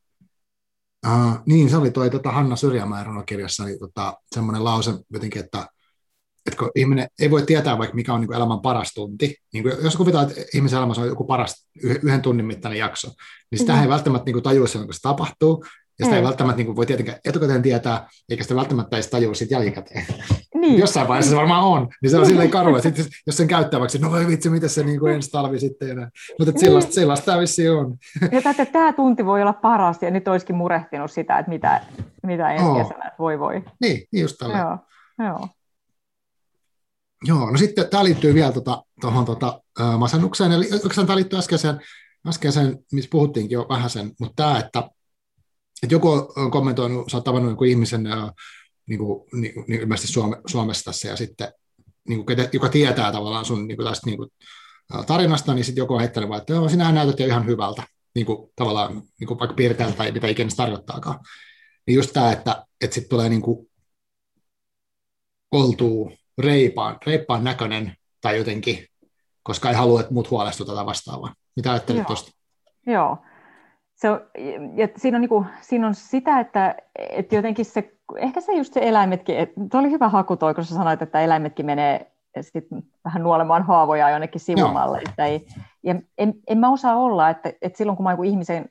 Uh, niin, se oli toi tota Hanna Syrjämäen runokirjassa niin, tota, semmoinen lause jotenkin, että, että kun ihminen ei voi tietää vaikka mikä on niin kuin elämän paras tunti. Niin kuin, jos kuvitaan, että ihmisen elämässä on joku paras yhden tunnin mittainen jakso, niin sitä mm-hmm. ei välttämättä niin kuin tajua silloin, kun se tapahtuu. Ja sitä ei, ei välttämättä niin kuin voi tietenkään etukäteen tietää, eikä sitä välttämättä edes tajua siitä jälkikäteen. Niin. Jossain vaiheessa se varmaan on, niin se on silleen karua. Sitten jos sen käyttää vaikka, no voi vitsi, miten se niin kuin ensi talvi sitten enää. Mutta sellaista, sellaista tämä vissiin on. Ja tätä, tämä tunti voi olla paras, ja nyt olisikin murehtinut sitä, että mitä, mitä ensi oh. kesänä, että voi voi. Niin, niin just tällä. Joo, joo. Joo, no sitten tämä liittyy vielä tuohon tota, tota, uh, masennukseen, eli oikeastaan tämä liittyy äskeiseen, äskeiseen, missä puhuttiinkin jo vähän sen, mutta tämä, että, että joku on kommentoinut, sä oot tavannut jonkun ihmisen uh, niin kuin, niin, niin ilmeisesti Suome, Suomessa tässä, ja sitten, niin kuin, joka tietää tavallaan sun niin kuin tästä niin kuin, tarinasta, niin sitten joku on heittänyt vaan, että sinähän näytät jo ihan hyvältä, niin kuin, tavallaan niin kuin vaikka piirteeltä tai mitä ikinä se tarkoittaakaan. Niin just tämä, että, että sitten tulee niin kuin, oltuu reipaan, reippaan näköinen tai jotenkin, koska ei halua, että muut huolestuta tätä vastaavaa. Mitä ajattelit tuosta? Joo. Se on, ja siinä, on niinku, siinä on sitä, että, että jotenkin se, ehkä se just se eläimetkin, tuo oli hyvä haku toi, kun sä sanoit, että eläimetkin menee sit vähän nuolemaan haavoja jonnekin sivumalle. Että ei, ja en, en mä osaa olla, että, että silloin kun mä joku ihmisen,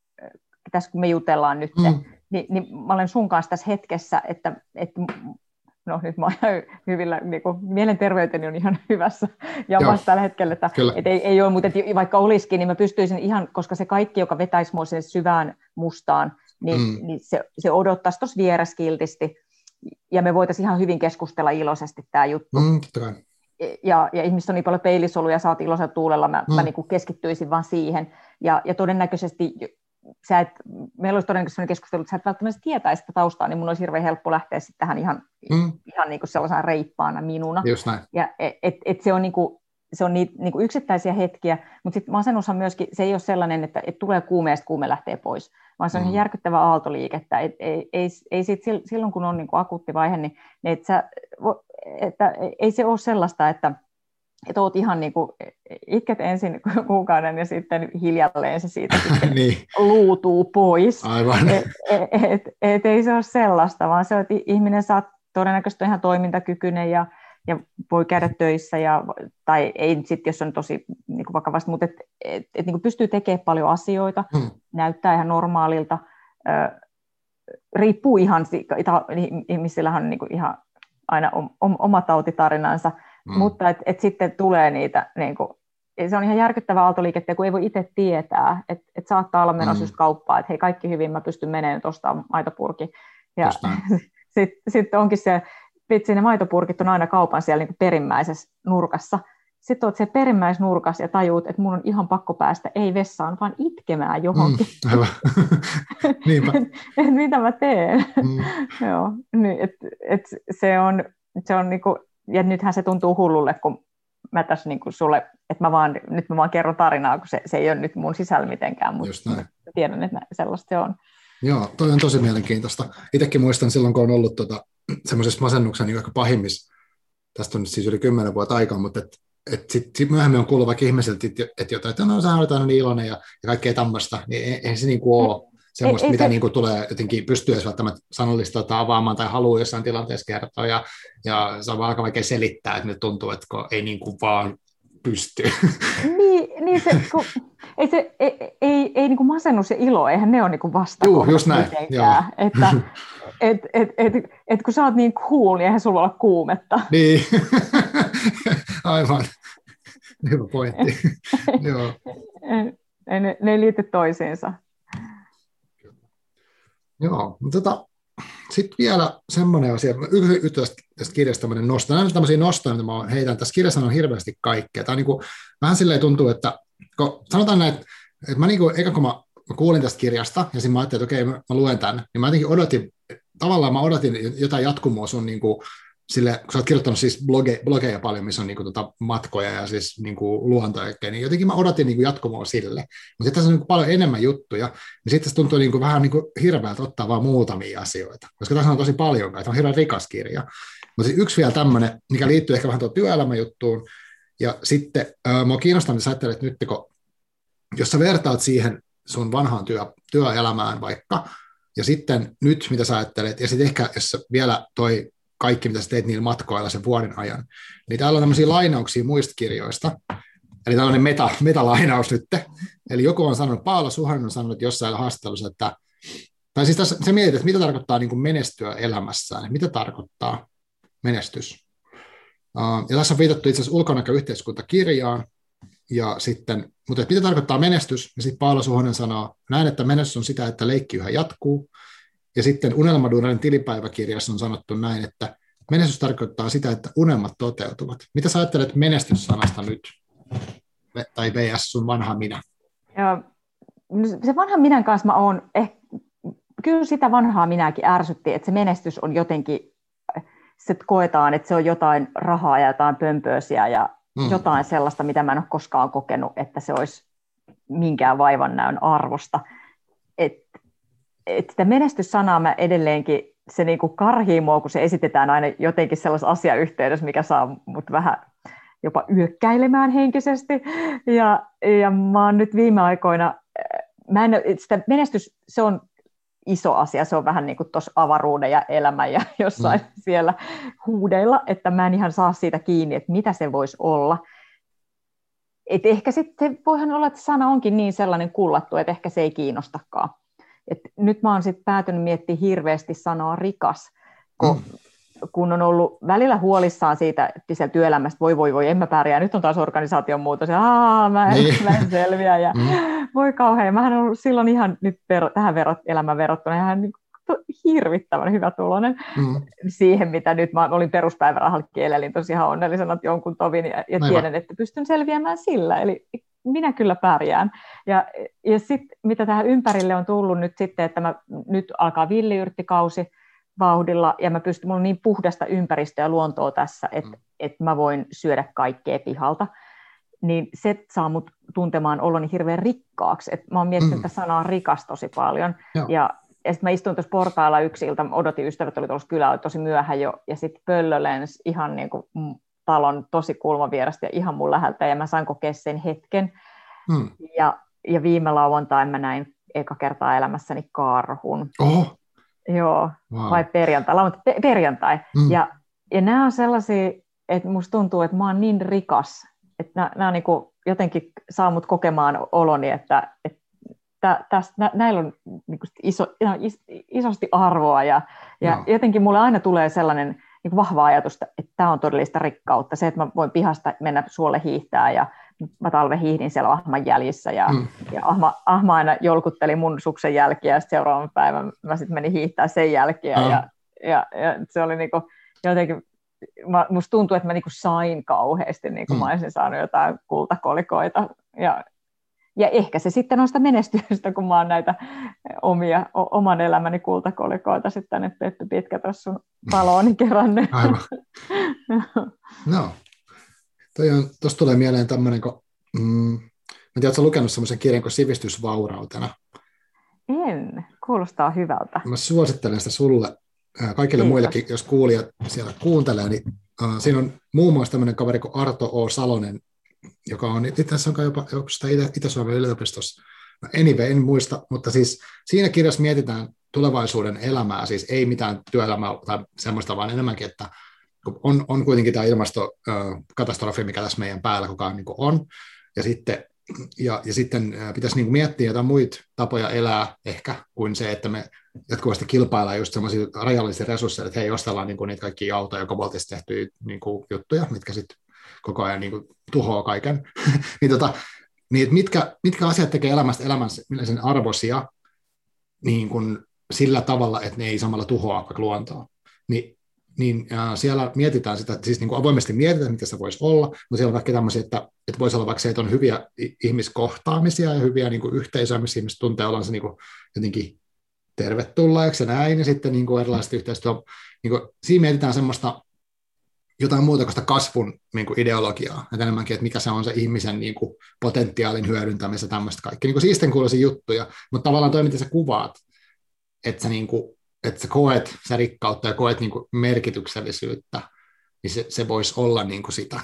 tässä kun me jutellaan nyt, mm. niin, niin mä olen sun kanssa tässä hetkessä, että, että no nyt mä oon hyvillä, niin kuin, mielenterveyteni on ihan hyvässä jamassa tällä hetkellä, että et ei, ei ole, mutta vaikka olisikin, niin mä pystyisin ihan, koska se kaikki, joka vetäisi mua sinne syvään mustaan, niin, mm. niin se, se odottaisi tuossa vieressä kiltisti, ja me voitaisiin ihan hyvin keskustella iloisesti tämä juttu. Mm, ja, ja ihmiset on niin paljon peilisoluja, sä oot iloisella tuulella, mä, mm. mä niin kuin keskittyisin vaan siihen, ja, ja todennäköisesti sä et, meillä olisi todennäköisesti keskustelu, että sä et välttämättä tietäisi sitä taustaa, niin mun olisi hirveän helppo lähteä sitten tähän ihan, mm. ihan niin kuin sellaisena reippaana minuna. Just näin. Ja et, et, et se on, niin kuin, se on niitä niin kuin yksittäisiä hetkiä, mutta sitten masennushan myöskin, se ei ole sellainen, että et tulee kuume ja kuume lähtee pois, vaan se on mm. ihan järkyttävä aaltoliikettä. Et, ei, ei, ei sit, silloin, kun on niin kuin akuutti vaihe, niin et sä, että ei se ole sellaista, että että oot ihan niin kuin, itket ensin kuukauden ja sitten hiljalleen se siitä sitten niin. luutuu pois. Aivan. Et, et, et, et ei se ole sellaista, vaan se on, että ihminen saa todennäköisesti ihan toimintakykyinen ja, ja voi käydä töissä, ja, tai ei sitten, jos on tosi niin kuin vakavasti, mutta et, et, et, niin kuin pystyy tekemään paljon asioita, hmm. näyttää ihan normaalilta. Ö, riippuu ihan, ihmisillähän on niin kuin ihan aina oma tautitarinansa, Mm. mutta et, et sitten tulee niitä, niin kuin, se on ihan järkyttävää aaltoliikettä, kun ei voi itse tietää, että et saattaa olla menossa mm. just kauppaa, että hei, kaikki hyvin, mä pystyn menemään ostamaan maitopurkin. Ja sitten sit onkin se, vitsi, ne maitopurkit on aina kaupan siellä niin kuin perimmäisessä nurkassa. Sitten olet siellä perimmäisnurkassa ja tajuut, että mun on ihan pakko päästä, ei vessaan, vaan itkemään johonkin. Mm, aivan. Niinpä. et, et, mitä mä teen? Mm. Joo, niin, et, et se on, se on niinku, ja nythän se tuntuu hullulle, kun mä tässä niin kuin sulle, että mä vaan, nyt mä vaan kerron tarinaa, kun se, se ei ole nyt mun sisällä mitenkään, mutta tiedän, että sellaista se on. Joo, toi on tosi mielenkiintoista. Itsekin muistan silloin, kun on ollut tota, semmoisessa masennuksen niin aika pahimmissa, tästä on siis yli kymmenen vuotta aikaa, mutta et, et sitten sit myöhemmin on kuullut vaikka ihmisiltä, että jotain, että no sä olet aina niin iloinen ja, ja kaikkea tämmöistä, niin ei, ei se niin kuin ole semmoista, ei, mitä ei se... niin kuin tulee jotenkin pystyä välttämättä sanallista tai avaamaan tai haluaa jossain tilanteessa kertoa, ja, ja se on vaan aika vaikea selittää, että nyt tuntuu, että ei niin kuin vaan pysty. Niin, niin se, kun, ei, se, ei, ei, ei niin kuin masennus ja ilo, eihän ne ole niin vastakohdat. Juu, just näin, joo. Että et, et, et, et, et kun sä oot niin cool, niin eihän sulla olla kuumetta. Niin, aivan. Hyvä pointti. Joo. Ne, ne ei liity toisiinsa. Joo, mutta tota, sitten vielä semmoinen asia, yksi tästä, tästä kirjasta tämmöinen nosto, nämä on tämmöisiä nostoja, mitä mä heitän, tässä kirjassa on hirveästi kaikkea. Tämä on niin kuin, vähän silleen tuntuu, että kun sanotaan näin, että, että mä niin kuin, eikä kun mä, mä kuulin tästä kirjasta, ja sitten mä ajattelin, että okei, mä, mä luen tämän, niin mä jotenkin odotin, tavallaan mä odotin jotain jatkumoa sun niin kuin, sille, kun sä oot kirjoittanut siis bloge, blogeja paljon, missä on niinku tota matkoja ja siis niinku luontoja, niin jotenkin mä odotin niinku jatkumoa sille. Mutta sitten tässä on niinku paljon enemmän juttuja, niin sitten se tuntuu niinku vähän niinku hirveältä ottaa vaan muutamia asioita, koska tässä on tosi paljon, että on hirveän rikas kirja. Mutta siis yksi vielä tämmöinen, mikä liittyy ehkä vähän tuohon työelämäjuttuun, ja sitten äh, mua kiinnostaa, että sä ajattelet, että nyt kun, jos sä vertaat siihen sun vanhaan työ, työelämään vaikka, ja sitten nyt, mitä sä ajattelet, ja sitten ehkä, jos vielä toi kaikki, mitä sä teit niillä matkoilla sen vuoden ajan. Niin täällä on tämmöisiä lainauksia muista kirjoista. Eli tällainen meta, metalainaus nyt. Eli joku on sanonut, Paula Suhonen on sanonut jossain haastattelussa, että, tai siis tässä se mietit, että mitä tarkoittaa niin kuin menestyä elämässään, mitä tarkoittaa menestys. Ja tässä on viitattu itse asiassa ulkonäköyhteiskuntakirjaan, ja sitten, mutta mitä tarkoittaa menestys, ja sitten Paula Suhonen sanoo, näin, että menestys on sitä, että leikki yhä jatkuu. Ja sitten Unelmaduunarin tilipäiväkirjassa on sanottu näin, että menestys tarkoittaa sitä, että unelmat toteutuvat. Mitä sä ajattelet menestyssanasta nyt? Tai vs. sun vanha minä? Ja se vanha minän kanssa mä oon, eh, kyllä sitä vanhaa minäkin ärsytti, että se menestys on jotenkin, se koetaan, että se on jotain rahaa ja jotain pömpöösiä ja mm. jotain sellaista, mitä mä en ole koskaan kokenut, että se olisi minkään vaivannäön arvosta. Että et sitä menestyssanaa mä edelleenkin, se niinku karhii mua, kun se esitetään aina jotenkin sellaisessa asiayhteydessä, mikä saa mut vähän jopa yökkäilemään henkisesti. Ja, ja mä oon nyt viime aikoina, mä en, sitä menestys, se on iso asia, se on vähän niin kuin tuossa avaruuden ja elämän ja jossain mm. siellä huudeilla, että mä en ihan saa siitä kiinni, että mitä se voisi olla. Et ehkä sitten voihan olla, että sana onkin niin sellainen kullattu, että ehkä se ei kiinnostakaan. Et nyt mä oon sitten päätynyt miettimään hirveästi sanaa rikas, kun, mm. kun on ollut välillä huolissaan siitä, että siellä työelämästä voi voi voi, en mä pärjää, nyt on taas organisaation muutos, ja aah, mä en, niin. mä en selviä, ja mm. voi kauhean, mähän olen ollut silloin ihan nyt vero, tähän verot, elämän verrattuna ihan niin hirvittävän hyvä tuloinen mm. siihen, mitä nyt mä olin peruspäivärahalla kielelin tosiaan onnellisena jonkun tovin, ja, ja tiedän, että pystyn selviämään sillä, eli minä kyllä pärjään. Ja, ja sitten mitä tähän ympärille on tullut nyt sitten, että mä, nyt alkaa villiyrttikausi vauhdilla, ja mä pystyn, mulla on niin puhdasta ympäristöä ja luontoa tässä, että mm. et mä voin syödä kaikkea pihalta, niin se saa mut tuntemaan oloni hirveän rikkaaksi. Et mä oon miettinyt mm. tätä sanaa rikas tosi paljon, Joo. ja Ja sitten mä istuin tuossa portailla yksi ilta, odotin, ystävät oli tuossa kylällä tosi myöhään jo, ja sitten pöllö lensi ihan niin kuin talon tosi kulmavierestä ja ihan mun läheltä, ja mä sain kokea sen hetken. Hmm. Ja, ja viime lauantain mä näin eka kertaa elämässäni karhun. Oho. Joo, wow. vai perjantai, lauantai, perjantai. Hmm. Ja, ja nämä on sellaisia, että musta tuntuu, että mä oon niin rikas, että nämä, nämä niin kuin jotenkin saa mut kokemaan oloni, että, että Tä, tästä, nä, näillä on niin iso, is, isosti arvoa ja, ja no. jotenkin mulle aina tulee sellainen niin vahva ajatus, että tämä on todellista rikkautta. Se, että mä voin pihasta mennä suolle hiihtää ja mä talven hiihdin siellä ahman jäljissä ja, mm. ja ahma, ahma aina jolkutteli mun suksen jälkiä ja sitten seuraavan päivän mä sitten menin hiihtää sen jälkeen mm. ja, ja, ja se oli niin kuin, jotenkin, mä, musta tuntuu, että mä niin kuin sain kauheasti, niin kuin mm. mä olisin saanut jotain kultakolikoita ja Ja ehkä se sitten on sitä menestystä, kun mä oon näitä omia, oman elämäni kultakolikoita sitten tänne Petty Pitkä tuossa sun talooni kerännyt. Aivan. No, tuossa tulee mieleen tämmöinen, kun, mm, mä tiedän, ootko lukenut semmoisen kirjan kuin Sivistysvaurautena? En, kuulostaa hyvältä. Mä suosittelen sitä sulle, kaikille Kiitos. Muillekin, jos kuulijat siellä kuuntelee, niin uh, siinä on muun muassa tämmöinen kaveri kuin Arto O. Salonen, joka on itse asiassa onkaan jopa, jopa Itä-Suomen yliopistossa. No anyway, en muista, mutta siis siinä kirjassa mietitään tulevaisuuden elämää, siis ei mitään työelämää tai semmoista, vaan enemmänkin, että on, on kuitenkin tämä ilmastokatastrofi, mikä tässä meidän päällä koko ajan niin on, ja sitten, ja, ja sitten pitäisi niin miettiä jotain muita tapoja elää ehkä kuin se, että me jatkuvasti kilpaillaan just semmoisia rajallisia resursseja, että hei, ostellaan niin niitä kaikkia autoja, koboltista tehtyjä niin juttuja, mitkä sitten koko ajan niin kuin tuhoaa kaiken, niin, tota, niin mitkä, mitkä asiat tekee elämästä elämän arvoisia niin kuin sillä tavalla, että ne ei samalla tuhoa vaikka luontoa. Ni, niin äh, siellä mietitään sitä, siis niin kuin avoimesti mietitään, mitä se voisi olla, mutta siellä on vaikka tämmöisiä, että, että voisi olla vaikka se, että on hyviä ihmiskohtaamisia ja hyviä niin kuin yhteisöjä, missä ihmiset tuntee olonsa niin kuin jotenkin tervetulleeksi ja näin, ja sitten niin kuin erilaiset yhteistyö. Niin kuin, siinä mietitään semmoista jotain muuta kuin sitä kasvun niin kuin ideologiaa, että enemmänkin, että mikä se on se ihmisen niin kuin potentiaalin hyödyntämistä ja tämmöistä kaikki. Niin kuin siisten kuuloisia juttuja, mutta tavallaan toi, miten sä kuvaat, että sä, niin kuin, että sä koet sä rikkautta ja koet niin kuin merkityksellisyyttä, niin se, se voisi olla niin kuin sitä.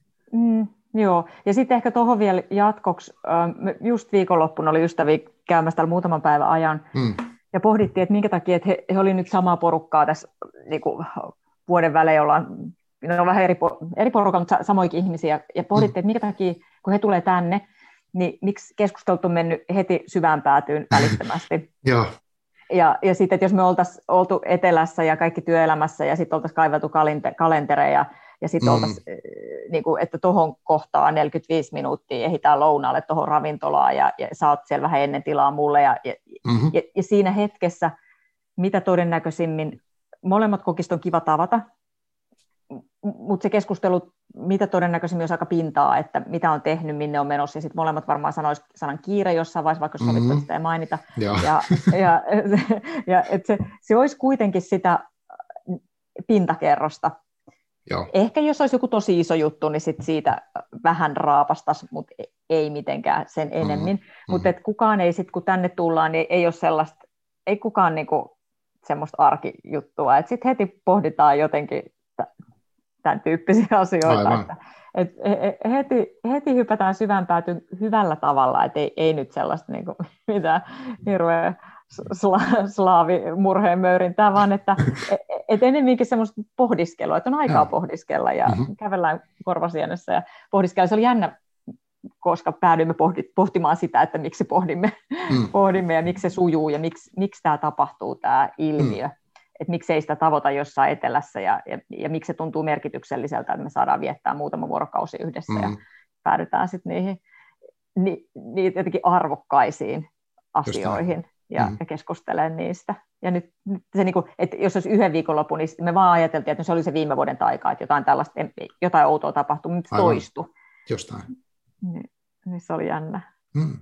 Mm, joo, ja sitten ehkä tuohon vielä jatkoksi, just viikonloppuna oli ystäviä käymässä täällä muutaman päivän ajan, mm. ja pohdittiin, että minkä takia, että he, he oli nyt samaa porukkaa tässä niin kuin vuoden välein, ollaan ne on vähän eri, eri porukka, mutta samoinkin ihmisiä, ja pohdittiin, että minkä takia, kun he tulee tänne, niin miksi keskustelut on mennyt heti syvään päätyyn välittömästi. Joo. Ja, ja sitten, että jos me oltaisiin oltu etelässä ja kaikki työelämässä, ja sitten oltaisiin kaiveltu kalentereja, ja sitten mm. oltaisiin, niin kuin, että tuohon kohtaan neljäkymmentäviisi minuuttia ehditään lounaalle tuohon ravintolaan, ja, ja sä oot siellä vähän ennen tilaa mulle, ja, ja, mm-hmm. ja, ja siinä hetkessä, mitä todennäköisimmin, molemmat kokista on kiva tavata, mutta se keskustelu, mitä todennäköisemmin olisi aika pintaa, että mitä on tehnyt, minne on menossa, ja sitten molemmat varmaan sanoisi sanan kiire jossain vaiheessa, vaikka sovittu, mm-hmm. sitä ei mainita. Ja, ja, ja, ja et se, se olisi kuitenkin sitä pintakerrosta. Joo. Ehkä jos olisi joku tosi iso juttu, niin sit siitä vähän raapastaisi, mutta ei mitenkään sen enemmän. Mm-hmm. Mutta kukaan ei sitten, kun tänne tullaan, niin ei ole sellaista, ei kukaan niinku semmoista arkijuttua. Sitten heti pohditaan jotenkin tämän tyyppisiä asioita. Että, et heti, heti hypätään syvään päätyyn hyvällä tavalla, että ei, ei nyt sellaista niinku, mitään hirveä sla- slaavimurheen möyrintää, vaan että et enemmänkin semmoista pohdiskelua, että on aikaa pohdiskella ja mm-hmm. kävellään korvasienessä ja pohdiskella. Se oli jännä, koska päädyimme pohtimaan sitä, että miksi pohdimme, mm. pohdimme ja miksi se sujuu ja miksi, miksi tämä tapahtuu, tämä ilmiö. Mm. Että miksi ei sitä tavoita jossain etelässä ja, ja, ja miksi se tuntuu merkitykselliseltä, että me saadaan viettää muutama vuorokausi yhdessä mm. ja päädytään sitten niihin ni, ni, jotenkin arvokkaisiin asioihin ja, mm. ja keskustelemaan niistä. Ja nyt, nyt se, niin kuin, että jos olisi yhden viikonlopun, niin me vaan ajateltiin, että se oli se viime vuoden taika, että jotain, tällaista, jotain outoa tapahtui, mutta se toistui. Jostain. Niin, niin se oli jännä. Mm.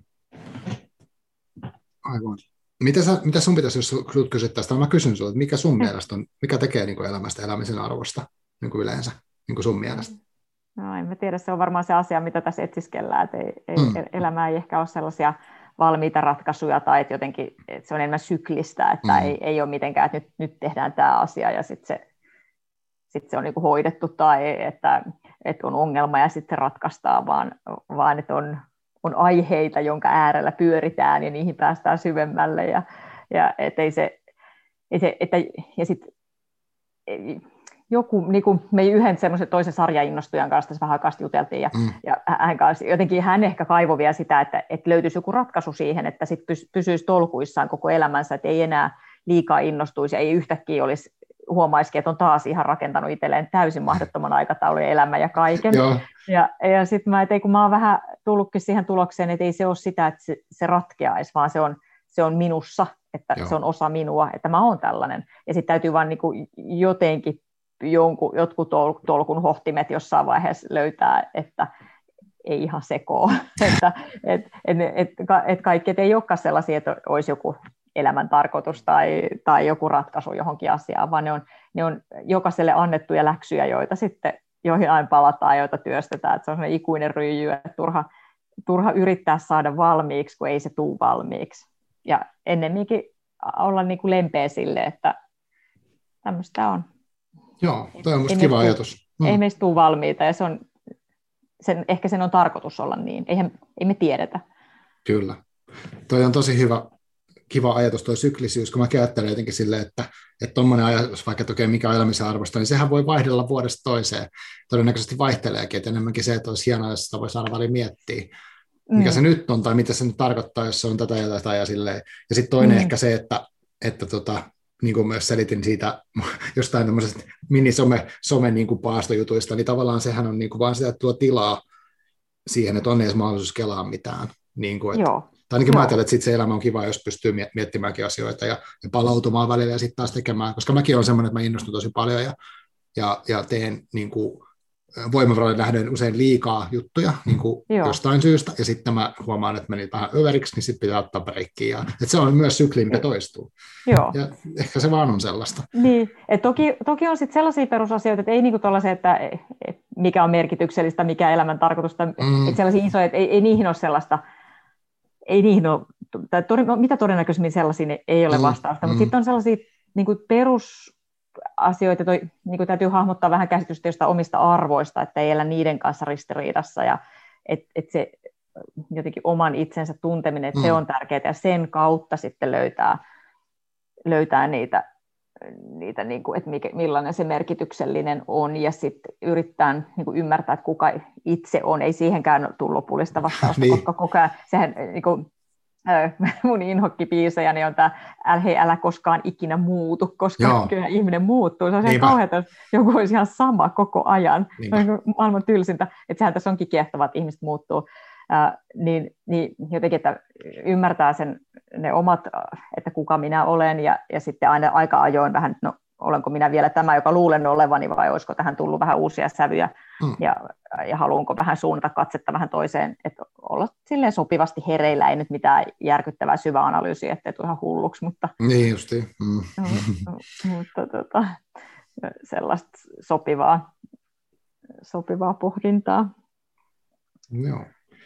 Aivan. Mitä, sä, mitä sun pitäisi, jos sinut kysyt tästä, mä kysyn sinulta, että mikä sun mm. mielestä on, mikä tekee niin kuin elämästä elämisen arvosta niin kuin yleensä niin kuin sun mielestä? No en mä tiedä, se on varmaan se asia, mitä tässä etsiskellään, että ei, ei, mm. elämä ei ehkä ole sellaisia valmiita ratkaisuja tai että jotenkin että se on enemmän syklistä, että mm. ei, ei ole mitenkään, että nyt, nyt tehdään tämä asia ja sitten se, sit se on niin kuin hoidettu tai että, että on ongelma ja sitten se ratkaistaan, vaan, vaan että on, on aiheita, jonka äärellä pyöritään ja niihin päästään syvemmälle ja, ja ettei se, ei se että, ja sitten joku, niin kuin me yhden semmoisen toisen sarjainnostujan kanssa tässä vähän aikaa juteltiin, ja, mm. ja hän kanssa, jotenkin hän ehkä kaivoi vielä sitä, että, että löytyisi joku ratkaisu siihen, että sit pysyisi tolkuissaan koko elämänsä, että ei enää liikaa innostuisi, ja ei yhtäkkiä olisi, huomaisikin, että on taas ihan rakentanut itselleen täysin mahdottoman aikataulun elämän ja kaiken. ja ja sitten mä, että kun mä oon vähän tullutkin siihen tulokseen, että ei se ole sitä, että se, se ratkeaisi, vaan se on, se on minussa, että Joo. se on osa minua, että mä oon tällainen. Ja sitten täytyy vaan niin kuin jotenkin jonkun, jotkut tol, tolkun hohtimet jossain vaiheessa löytää, että ei ihan sekoo. että et, et, et, et kaikki, et ei olekaan sellaisia, että olisi joku elämän tarkoitus tai, tai joku ratkaisu johonkin asiaan, vaan ne on, ne on jokaiselle annettuja läksyjä, joita sitten, joihin aina palataan, joita työstetään. Että se on sellainen ikuinen ryijy, että turha, turha yrittää saada valmiiksi, kun ei se tule valmiiksi. Ja ennemminkin olla niin kuin lempeä sille, että tämmöistä on. Joo, toi on musta kiva tuu, ajatus. Mm. Ei meistä tule valmiita, ja se on, sen, ehkä sen on tarkoitus olla niin. Eihän, ei me tiedetä. Kyllä. Toi on tosi hyvä, kiva ajatus, toi syklisyys, kun mä ajattelen jotenkin silleen, että tuommoinen ajatus, vaikka tukee mikä on elämisen arvosta, niin sehän voi vaihdella vuodesta toiseen. Todennäköisesti vaihteleekin, että enemmänkin se, että olisi hienoa, jos sitä voisi aina väliin miettiä, mikä mm. se nyt on, tai mitä se nyt tarkoittaa, jos se on tätä ja tätä ja silleen. Ja sitten toinen mm. ehkä se, että, että tota, niin kuin myös selitin siitä jostain tämmöisestä mini-some some, niin kuin paastojutuista, niin tavallaan sehän on niin kuin vaan sitä, että tuo tilaa siihen, että on edes mahdollisuus kelaa mitään. Niin kuin, että, tai ainakin Joo. mä ajattelen, että sit se elämä on kiva, jos pystyy miettimäänkin asioita ja, ja palautumaan välillä ja sitten taas tekemään, koska mäkin olen semmoinen, että mä innostun tosi paljon ja, ja, ja teen niin kuin voimavaroille nähden usein liikaa juttuja niin kuin jostain syystä, ja sitten mä huomaan, että meni vähän överiksi, niin sitten pitää ottaa breikkiä. Että se on myös sykli, mikä toistuu. Joo. Ja ehkä se vaan on sellaista. Niin, et toki, toki on sitten sellaisia perusasioita, että ei niinku tollaisia, että et mikä on merkityksellistä, mikä elämän tarkoitusta, mm. että sellaisia isoja, että ei, ei niihin ole sellaista, ei niihin ole, tai tori, mitä todennäköisemmin sellaisiin ei ole vastausta, mm. mutta sitten on sellaisia niinku perus asioita, toi, niin kuin täytyy hahmottaa vähän käsitystä jostain omista arvoista, että ei elä niiden kanssa ristiriidassa ja että et se jotenkin oman itsensä tunteminen, että mm. se on tärkeää ja sen kautta sitten löytää, löytää niitä, niitä niin kuin, että mikä, millainen se merkityksellinen on ja sitten yrittää niin kuin ymmärtää, että kuka itse on, ei siihenkään tule lopullista vastausta, niin. koska koko ajan sehän niin kuin, mun inhokkibiisejä niin on tämä hei, älä koskaan ikinä muutu, koska Joo. kyllä ihminen muuttuu. Se on ihan kauheata, jos joku olisi ihan sama koko ajan. Se on maailman tylsintä, että sehän tässä onkin kiehtova, että ihmiset muuttuu. Äh, niin, niin jotenkin, että ymmärtää sen, ne omat, että kuka minä olen ja, ja sitten aina aika ajoin vähän, no olenko minä vielä tämä, joka luulen olevani, vai olisiko tähän tullut vähän uusia sävyjä, mm. ja, ja haluanko vähän suunnata katsetta vähän toiseen, että olla silleen sopivasti hereillä, ei nyt mitään järkyttävää syvää analyysiä, ettei tule ihan hulluksi, mutta, niin justiin. Mm. mutta tota, sellaista sopivaa, sopivaa pohdintaa. Joo.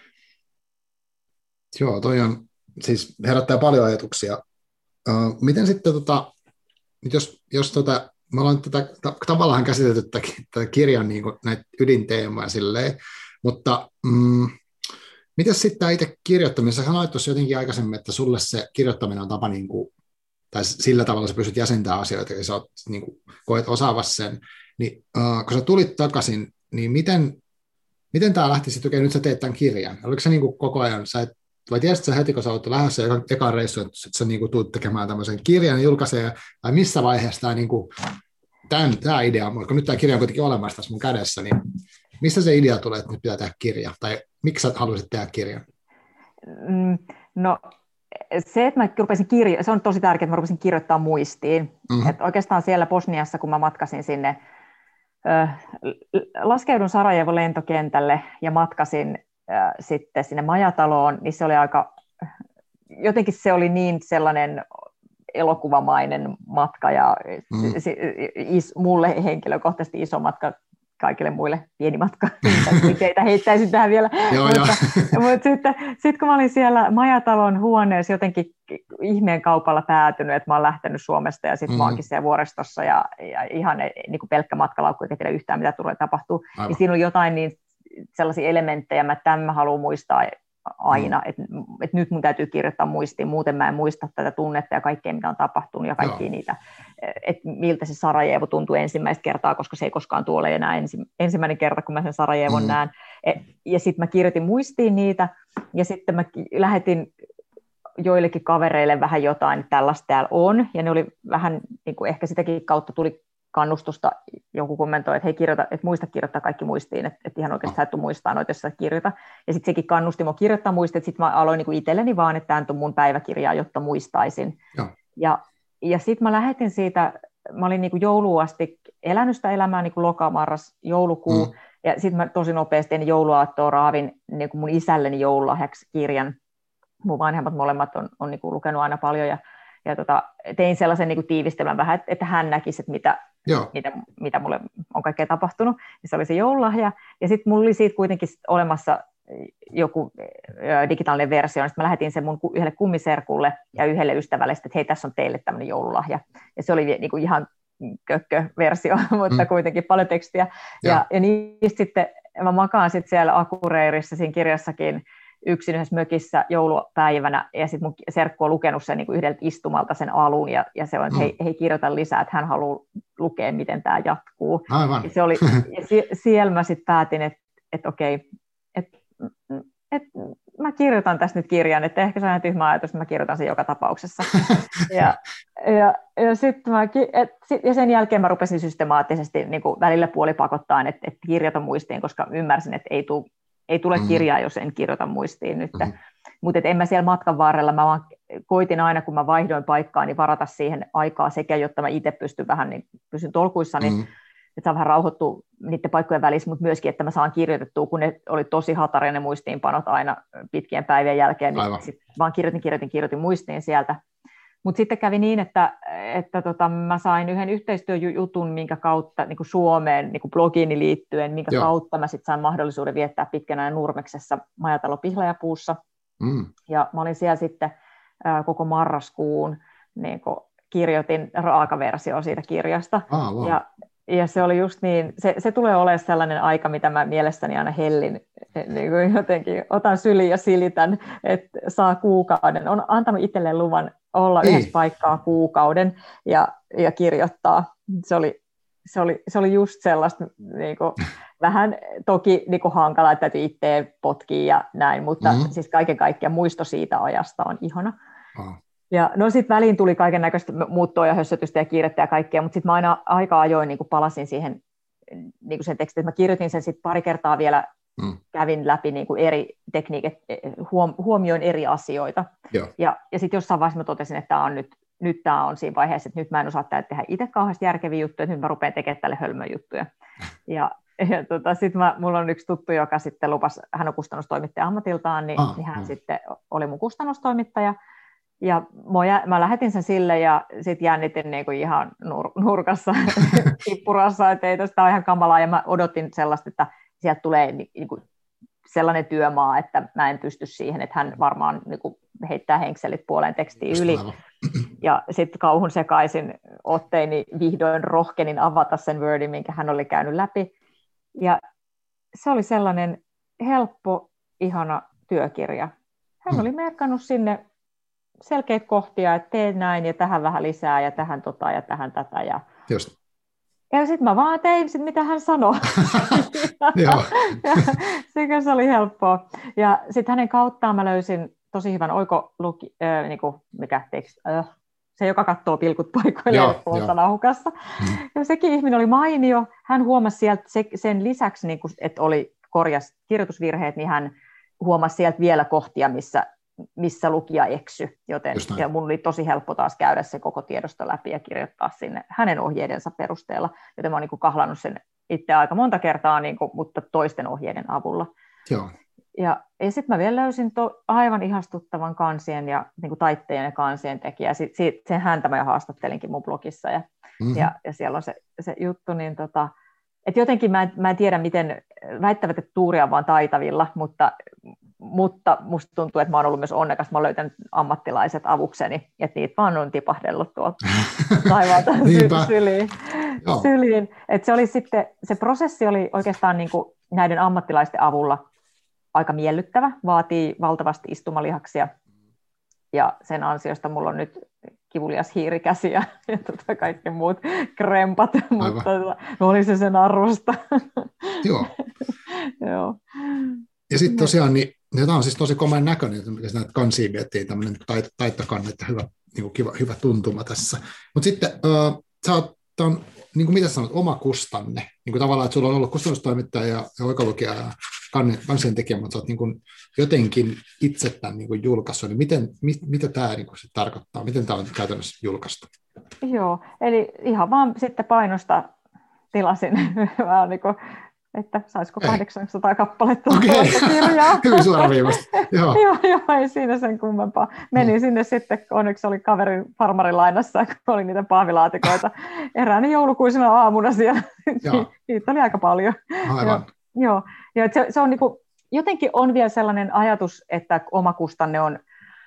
Joo, toi on, siis herättää paljon ajatuksia. Uh, miten sitten, tota, jos, jos tota, me ollaan tätä, tavallaan käsitelty tätä, tätä kirjan niin kuin näitä ydinteemoja silleen, mutta mm, miten sitten tämä itse kirjoittaminen? Sä sanoit tuossa jotenkin aikaisemmin, että sulle se kirjoittaminen on tapa, niin kuin, tai sillä tavalla sä pystyt jäsentämään asioita, ja sä oot, niin kuin, koet osaavassa sen, niin uh, kun sä tulit takaisin, niin miten, miten tämä lähti sitten, okei, nyt sä teet tämän kirjan? Oliko se niin kuin koko ajan, sä et vai tiesitkö sä heti, kun sä olet lähdössä ekaan reissuun, että sä niin kuin tulet tekemään tämmöisen kirjan ja julkaisee, vai missä vaiheessa tämä, niin kuin, tämän, tämä idea, kun nyt tämä kirja on kuitenkin olemassa tässä mun kädessä, niin missä se idea tulee, että nyt pitää tehdä kirja, tai miksi sä haluaisit tehdä kirjan? No se, että mä rupesin kirjo- se on tosi tärkeää, että mä rupesin kirjoittaa muistiin. Mm-hmm. Että oikeastaan siellä Bosniassa, kun mä matkasin sinne, laskeudun Sarajevon lentokentälle ja matkasin sitten sinne majataloon, niin se oli aika, jotenkin se oli niin sellainen elokuvamainen matka ja mm. is, mulle henkilökohtaisesti iso matka, kaikille muille pieni matka, teitä heittäisin tähän vielä, joo, mutta, mutta sitten sit kun mä olin siellä majatalon huoneessa jotenkin ihmeen kaupalla päätynyt, että mä oon lähtenyt Suomesta ja sitten mm. mä oonkin siellä vuoristossa ja, ja ihan niin kuin pelkkä matkalaukku, eikä tiedä yhtään mitä tulee tapahtuu, niin siinä oli jotain niin sellaisia elementtejä, että tämän mä haluan muistaa aina, mm. että, että nyt mun täytyy kirjoittaa muistiin, muuten mä en muista tätä tunnetta ja kaikkea, mitä on tapahtunut ja kaikkia niitä, että miltä se Sarajevo tuntuu ensimmäistä kertaa, koska se ei koskaan tuole enää ensi, ensimmäinen kerta, kun mä sen Sarajevon mm. näen. Ja sitten mä kirjoitin muistiin niitä, ja sitten mä lähetin joillekin kavereille vähän jotain, että tällaista täällä on, ja ne oli vähän, niin kuin ehkä sitäkin kautta tuli kannustusta, joku kommentoi, että hei kirjoita, että muista kirjoittaa kaikki muistiin, että, että ihan oikeasti sä et tule muistaa noita, jos sä kirjoita. Ja sitten sekin kannusti mua kirjoittaa muistiin, että sitten mä aloin niin kuin itselleni vaan, että tämä on mun päiväkirjaa, jotta muistaisin. Ja, ja, ja sitten mä lähetin siitä, mä olin niin kuin jouluun asti elänyt sitä elämää, niin kuin loka, marras, joulukuu, mm. ja sitten mä tosi nopeasti ennen jouluaattoa raavin niin kuin mun isälleni joululahjaksi kirjan. Mun vanhemmat molemmat on, on niin kuin lukenut aina paljon, ja Ja tota, tein sellaisen niin kuin tiivistelmän vähän, että, että hän näkisi, että mitä, mitä, mitä mulle on kaikkea tapahtunut. Ja se oli se joululahja. Ja sitten mulla oli siitä kuitenkin olemassa joku digitaalinen versio. Sitten mä lähetin sen mun yhdelle kummiserkulle ja yhdelle ystävälle, että hei, tässä on teille tämmöinen joululahja. Ja se oli niin kuin ihan kökkö-versio, mutta mm. kuitenkin paljon tekstiä. Ja, ja, ja niistä sitten mä makaan sitten siellä Akureyrissä siinä kirjassakin, yksin yhdessä mökissä joulupäivänä, ja sitten mun serkku on lukenut sen niin kuin yhdeltä istumalta sen alun, ja, ja se on, että hei, hei kirjoita lisää, että hän haluaa lukea, miten tämä jatkuu. Aivan. Ja se oli, ja sie, siellä mä sitten päätin, että, että okei, että, että mä kirjoitan tästä nyt kirjan, että ehkä se on ihan tyhmä ajatus, että mä kirjoitan sen joka tapauksessa. ja, ja, ja, sit mä, et, sit, ja sen jälkeen mä rupesin systemaattisesti niin kuin välillä puolipakottaan, että, että kirjoitan muistiin, koska ymmärsin, että ei tule Ei tule kirjaa, jos en kirjoita muistiin nyt. Mm-hmm. Mutta en mä siellä matkan varrella, mä vaan koitin aina, kun mä vaihdoin paikkaa, niin varata siihen aikaa sekä, jotta mä itse pystyn vähän, niin pysyn tolkuissani, mm-hmm. että saan vähän rauhoittua niiden paikkojen välissä, mutta myöskin, että mä saan kirjoitettua, kun ne oli tosi hataria ne muistiinpanot aina pitkien päivien jälkeen, niin sit vaan kirjoitin, kirjoitin, kirjoitin muistiin sieltä. Mutta sitten kävi niin, että, että tota, mä sain yhden yhteistyöjutun, minkä kautta niin kuin Suomeen niin kuin blogiini liittyen, minkä Joo. kautta mä sitten sain mahdollisuuden viettää pitkän ajan Nurmeksessa majatalo Pihlajapuussa. Mm. Ja mä olin siellä sitten ää, koko marraskuun, niin kuin kirjoitin raakaversio siitä kirjasta. Ah, wow. ja, ja se oli just niin, se, se tulee olemaan sellainen aika, mitä mä mielestäni aina hellin, niin kuin jotenkin otan syliin ja silitän, että saa kuukauden. On antanut itselleen luvan olla Ei. yhdessä paikkaa kuukauden ja, ja kirjoittaa. Se oli, se, oli, se oli just sellaista niin kuin, vähän toki niin kuin hankalaa, että täytyy itse potkia ja näin, mutta mm-hmm. siis kaiken kaikkiaan muisto siitä ajasta on ihana. Oh. Ja no sitten väliin tuli kaiken näköistä muuttoa ja hössötystä ja kiirettä ja kaikkea, mutta sitten mä aina aika ajoin niin kuin palasin siihen niin kuin sen tekstin, että mä kirjoitin sen sitten pari kertaa vielä, mm. kävin läpi niin kuin eri tekniikat, huom, huomioin eri asioita. Joo. Ja, ja sitten jossain vaiheessa mä totesin, että tämä on nyt nyt tämä on siinä vaiheessa, että nyt mä en osaa tehdä itse kauheasti järkeviä juttuja, että nyt mä rupean tekemään tälle hölmöjuttuja. Ja, ja tota, sitten mulla on yksi tuttu, joka sitten lupasi, hän on kustannustoimittaja ammatiltaan, niin, ah, niin hän ah. sitten oli mun kustannustoimittaja. Ja mä, mä lähetin sen sille ja sitten jännitin niinku ihan nur, nurkassa kippurassa, että ei tästä ole ihan kamalaa. Ja mä odotin sellaista, että sieltä tulee niinku sellainen työmaa, että mä en pysty siihen, että hän varmaan niinku heittää henkselit puoleen tekstiin yli. Ja sitten kauhun sekaisin otteini vihdoin rohkenin avata sen Wordin, minkä hän oli käynyt läpi. Ja se oli sellainen helppo, ihana työkirja. Hän oli merkannut sinne selkeitä kohtia, että tee näin ja tähän vähän lisää ja tähän tota ja tähän tätä. Ja, ja sitten mä vaan tein sit, mitä hän sanoi. Se oli helppoa. Ja sitten hänen kauttaan mä löysin tosi hyvän oikoluki, äh, niinku, mikä teksti, äh, se joka katsoo pilkut paikoille sanahukassa. Mm. Ja sekin ihminen oli mainio. Hän huomasi sieltä se, sen lisäksi, niin kun, että oli korjas kirjoitusvirheet, niin hän huomasi sieltä vielä kohtia, missä missä lukija eksy, joten ja mun oli tosi helppo taas käydä se koko tiedosto läpi ja kirjoittaa sinne hänen ohjeidensa perusteella, joten mä oon niin kuin kahlannut sen itse aika monta kertaa, niin kuin, mutta toisten ohjeiden avulla. Joo. Ja, ja sitten mä vielä löysin to, aivan ihastuttavan kansien ja niin kuin taitteen ja kansien tekijä, sit, sit, sen häntä mä jo haastattelinkin mun blogissa, ja, mm-hmm. ja, ja siellä on se, se juttu, niin tota, että jotenkin mä en, mä en tiedä, miten väittävät, että Tuuri on vaan taitavilla, mutta Mutta musta tuntuu, että mä oon ollut myös onnekas, mä oon löytänyt ammattilaiset avukseni, että niitä vaan on tipahdellut tuolta taivaalta syliin. syliin. Et se, oli sitten, se prosessi oli oikeastaan niin kuin näiden ammattilaisten avulla aika miellyttävä, vaatii valtavasti istumalihaksia, ja sen ansiosta mulla on nyt kivulias hiirikäsi ja, ja tota kaikki muut krempat, mutta oli se sen arvosta. Joo. Joo. Ja sitten tosiaan, niin tämä on siis tosi komeen näköinen, että näitä kansia miettii, tämmöinen tait- taittokanne, että hyvä, niin kuin kiva, hyvä tuntuma tässä. Mutta sitten äh, sä oot, on, niin kuin mitä sanot, oma kustanne, niin kuin tavallaan, että sulla on ollut kustannustoimittaja ja, ja oikalukija ja kansien tekijä, mutta sä oot niin kuin jotenkin itse tämän niin kuin julkaissut, niin miten, mit, mitä tämä niin kuin sit tarkoittaa, miten tämä on käytännössä julkaistu? Joo, eli ihan vaan sitten painosta tilasin, vähän niin kuin että saisiko kahdeksansataa kappaletta okay. kirjaa. Hyvin suoraviivasti. Joo. joo, joo, ei siinä sen kummempaa. Menin no. sinne sitten, onneksi oli kaverin farmarilainassa, kun oli niitä pahvilaatikoita eräänä joulukuisena aamuna siellä. Niitä oli aika paljon. Aivan. Joo, joo. Se, se on niin kuin, jotenkin on vielä sellainen ajatus, että omakustanne on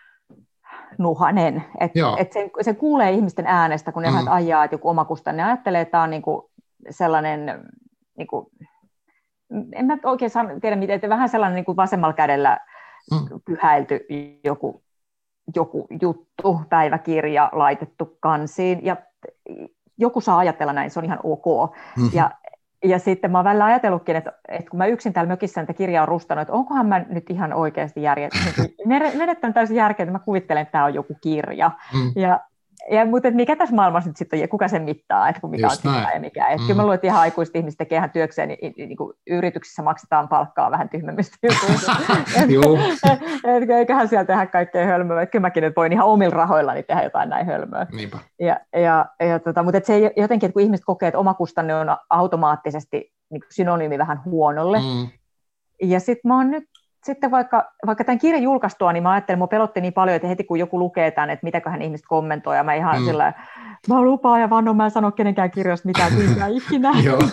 nuhanen. Että et se, se kuulee ihmisten äänestä, kun ne mm. ajaa, että joku omakustanne ajattelee, että tämä on niin kuin sellainen... Niin kuin, en mä oikein tiedä, miten, että vähän sellainen niin kuin vasemmalla kädellä mm. pyhäilty joku, joku juttu, päiväkirja laitettu kansiin, ja joku saa ajatella näin, se on ihan ok. Mm-hmm. Ja, ja sitten mä oon välillä ajatellutkin, että, että kun mä yksin täällä mökissä niitä kirjaa on rustanut, että onkohan mä nyt ihan oikeasti järjet, menettänyt täysin järkeä, että mä kuvittelen, että tämä on joku kirja. Mm. Ja, Ja, mutta mikä tässä maailmassa nyt sitten on, kuka sen mittaa, että mikä Just on mittaa ja mikä. Että mm. kyllä mä luulen, että ihan aikuiset ihmiset tekee ihan työkseen, niin, niin kuin yrityksissä maksetaan palkkaa vähän tyhmemmistä jutuista. et, eiköhän siellä tehdä kaikkea hölmöä. Että kyllä mäkin nyt voin ihan omilla rahoillani tehdä jotain näin hölmöä. Niinpä. Ja, ja, ja, tota, mutta se jotenkin, että kun ihmiset kokee, että omakustanne on automaattisesti niin kuin synonyymi vähän huonolle. Mm. Ja sitten mä oon nyt Sitten vaikka, vaikka tämän kirjan julkaistua, niin mä ajattelin, että mua pelotti niin paljon, että heti kun joku lukee tämän, että mitäköhän ihmiset kommentoi, ja mä ihan mm. sillä mä lupaan ja vannon, mä en sano kenenkään kirjasta mitään mitään ikinä.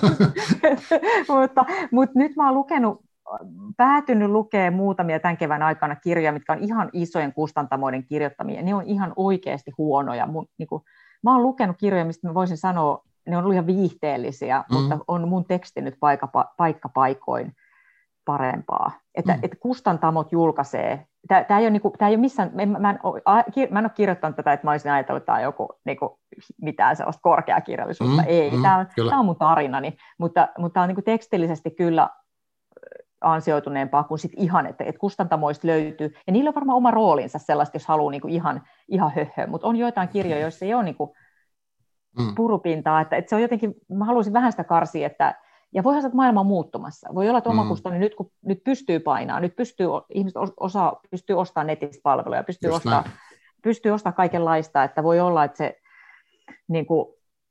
mutta, mutta nyt mä oon lukenut, päätynyt lukemaan muutamia tämän kevään aikana kirjoja, mitkä on ihan isojen kustantamoiden kirjoittamia, ne on ihan oikeasti huonoja. Mun, niin kuin, mä oon lukenut kirjoja, mistä mä voisin sanoa, ne on ollut ihan viihteellisiä, mm. mutta on mun teksti nyt paikka, paikka paikoin parempaa. Että, mm. että kustantamot julkaisee. Tämä ei ole, niinku, tämä ei ole missään, mä en, mä, en ole, mä en ole kirjoittanut tätä, että mä olisin ajatellut, että tämä on joku niinku, mitään sellaista korkeakirjallisuutta. Mm. Ei, mm. Tämä, on, tämä on mun tarinani, mutta, mutta tämä on niinku tekstillisesti kyllä ansioituneempaa kuin sit ihan, että, että kustantamoista löytyy. Ja niillä on varmaan oma roolinsa sellaista, jos haluaa niinku ihan, ihan höhö, mutta on joitain kirjoja, joissa ei ole niinku mm. purupintaa. Että, että se on jotenkin, mä haluaisin vähän sitä karsia, että ja voihan se, että maailma on muuttumassa. Voi olla, että omakustanne mm. nyt, kun nyt pystyy painaa, nyt pystyy, ihmiset osaa, pystyy ostamaan netistä palveluja, pystyy ostamaan pystyy ostamaan kaikenlaista, että voi olla, että se, niin kuin,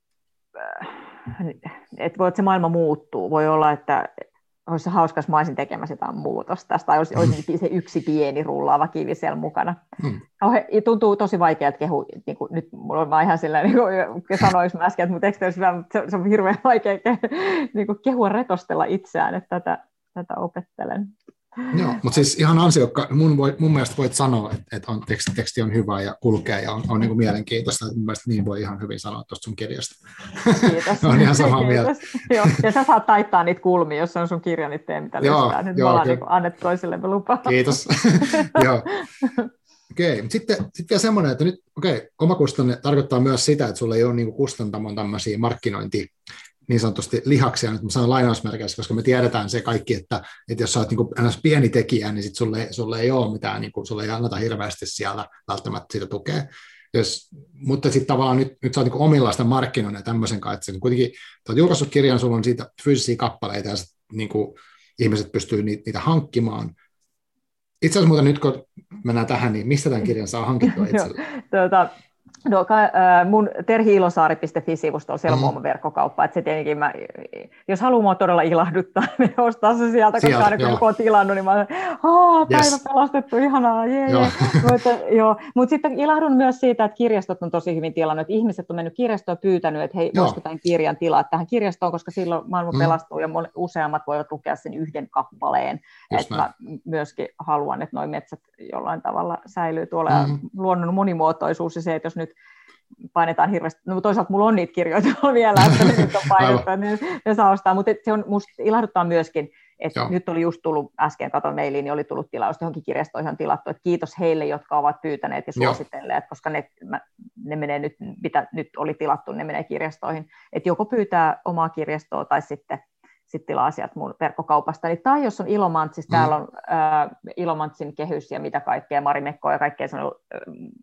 että voi, että se maailma muuttuu. Voi olla, että olisi hauska, jos mä olisin tekemässä jotain muutosta tästä, tai olisi, olisi se yksi pieni rullaava kivi siellä mukana. Mm. Tuntuu tosi vaikealta kehu, niin kuin, nyt mulla on vaan ihan sillä, niin kuin sanoinko mä äsken, että mun teksti olisi hyvä, mutta se on hirveän vaikea niin kuin kehua retostella itseään, että tätä, tätä opettelen. Joo, mutta siis ihan ansiokka, mun, voi, mun mielestä voit sanoa, että, että on, teksti, teksti on hyvä ja kulkee ja on, on niin kuin mielenkiintoista, että mun mielestä niin voi ihan hyvin sanoa tuosta sun kirjasta. Kiitos. On ihan samaa mieltä. Joo, ja sä saat taittaa niitä kulmia, jos on sun kirja, niin tee mitä lystää. Nyt me ollaan niin annettu toisillemme lupaa. Kiitos. Joo. Okei, mutta sitten, sitten vielä semmoinen, että nyt okei, omakustanne tarkoittaa myös sitä, että sulla ei ole niin kuin kustantamon tämmöisiä markkinointi niin sanotusti lihaksia, nyt mä sanon lainausmerkeissä, koska me tiedetään se kaikki, että, että jos sä oot niin kuin pieni tekijä, niin sit sulle, sulle ei ole mitään, niin kuin, sulle ei anneta hirveästi siellä välttämättä sitä tukea. Jos, mutta sitten tavallaan nyt, nyt sä oot niin omillaista markkinoinnin ja tämmöisen kanssa, että kuitenkin sä oot julkaissut kirjan, sulla on siitä fyysisiä kappaleita ja sit, niin kuin, ihmiset pystyy niitä, niitä hankkimaan. Itse asiassa muuten nyt, kun mennään tähän, niin mistä tämän kirjan saa hankittua itselle? tuota, no, mun terhi-ilosaari piste fi-sivusto on siellä mm-hmm. verkkokauppa, että se tietenkin mä, jos haluaa mua todella ilahduttaa, niin ostaa se sieltä, koska sieltä, aina kun joku on tilannut, niin mä olen, aah, päivä yes. pelastettu, ihanaa, jee, jee. Mutta, joo. Mut sitten ilahdun myös siitä, että kirjastot on tosi hyvin tilannut, että ihmiset on mennyt kirjastoon pyytänyt, että hei, voisiko tämän kirjan tilaa tähän kirjastoon, koska silloin maailma mm. pelastuu ja useammat voivat lukea sen yhden kappaleen. Että mä myöskin haluan, että nuo metsät jollain tavalla säilyy tuolla mm. ja luonnon monimuotoisuus ja se, että jos nyt painetaan hirveästi, no toisaalta mulla on niitä kirjoja vielä, että ne nyt on painettu, niin ne saa ostaa, mutta se on, musta ilahduttaa myöskin, että Joo. nyt oli just tullut, äsken katon mailiin, niin oli tullut tilaus, johonkin kirjastoihin on tilattu, että kiitos heille, jotka ovat pyytäneet ja suositelleet, Joo. koska ne, ne menee nyt, mitä nyt oli tilattu, ne menee kirjastoihin, että joko pyytää omaa kirjastoa tai sitten sit tilaa sieltä mun verkkokaupasta. Eli, tai jos on Ilomantsissa, mm. täällä on äh, Ilomantsin kehys ja mitä kaikkea, Marimekko ja kaikkea, se on äh,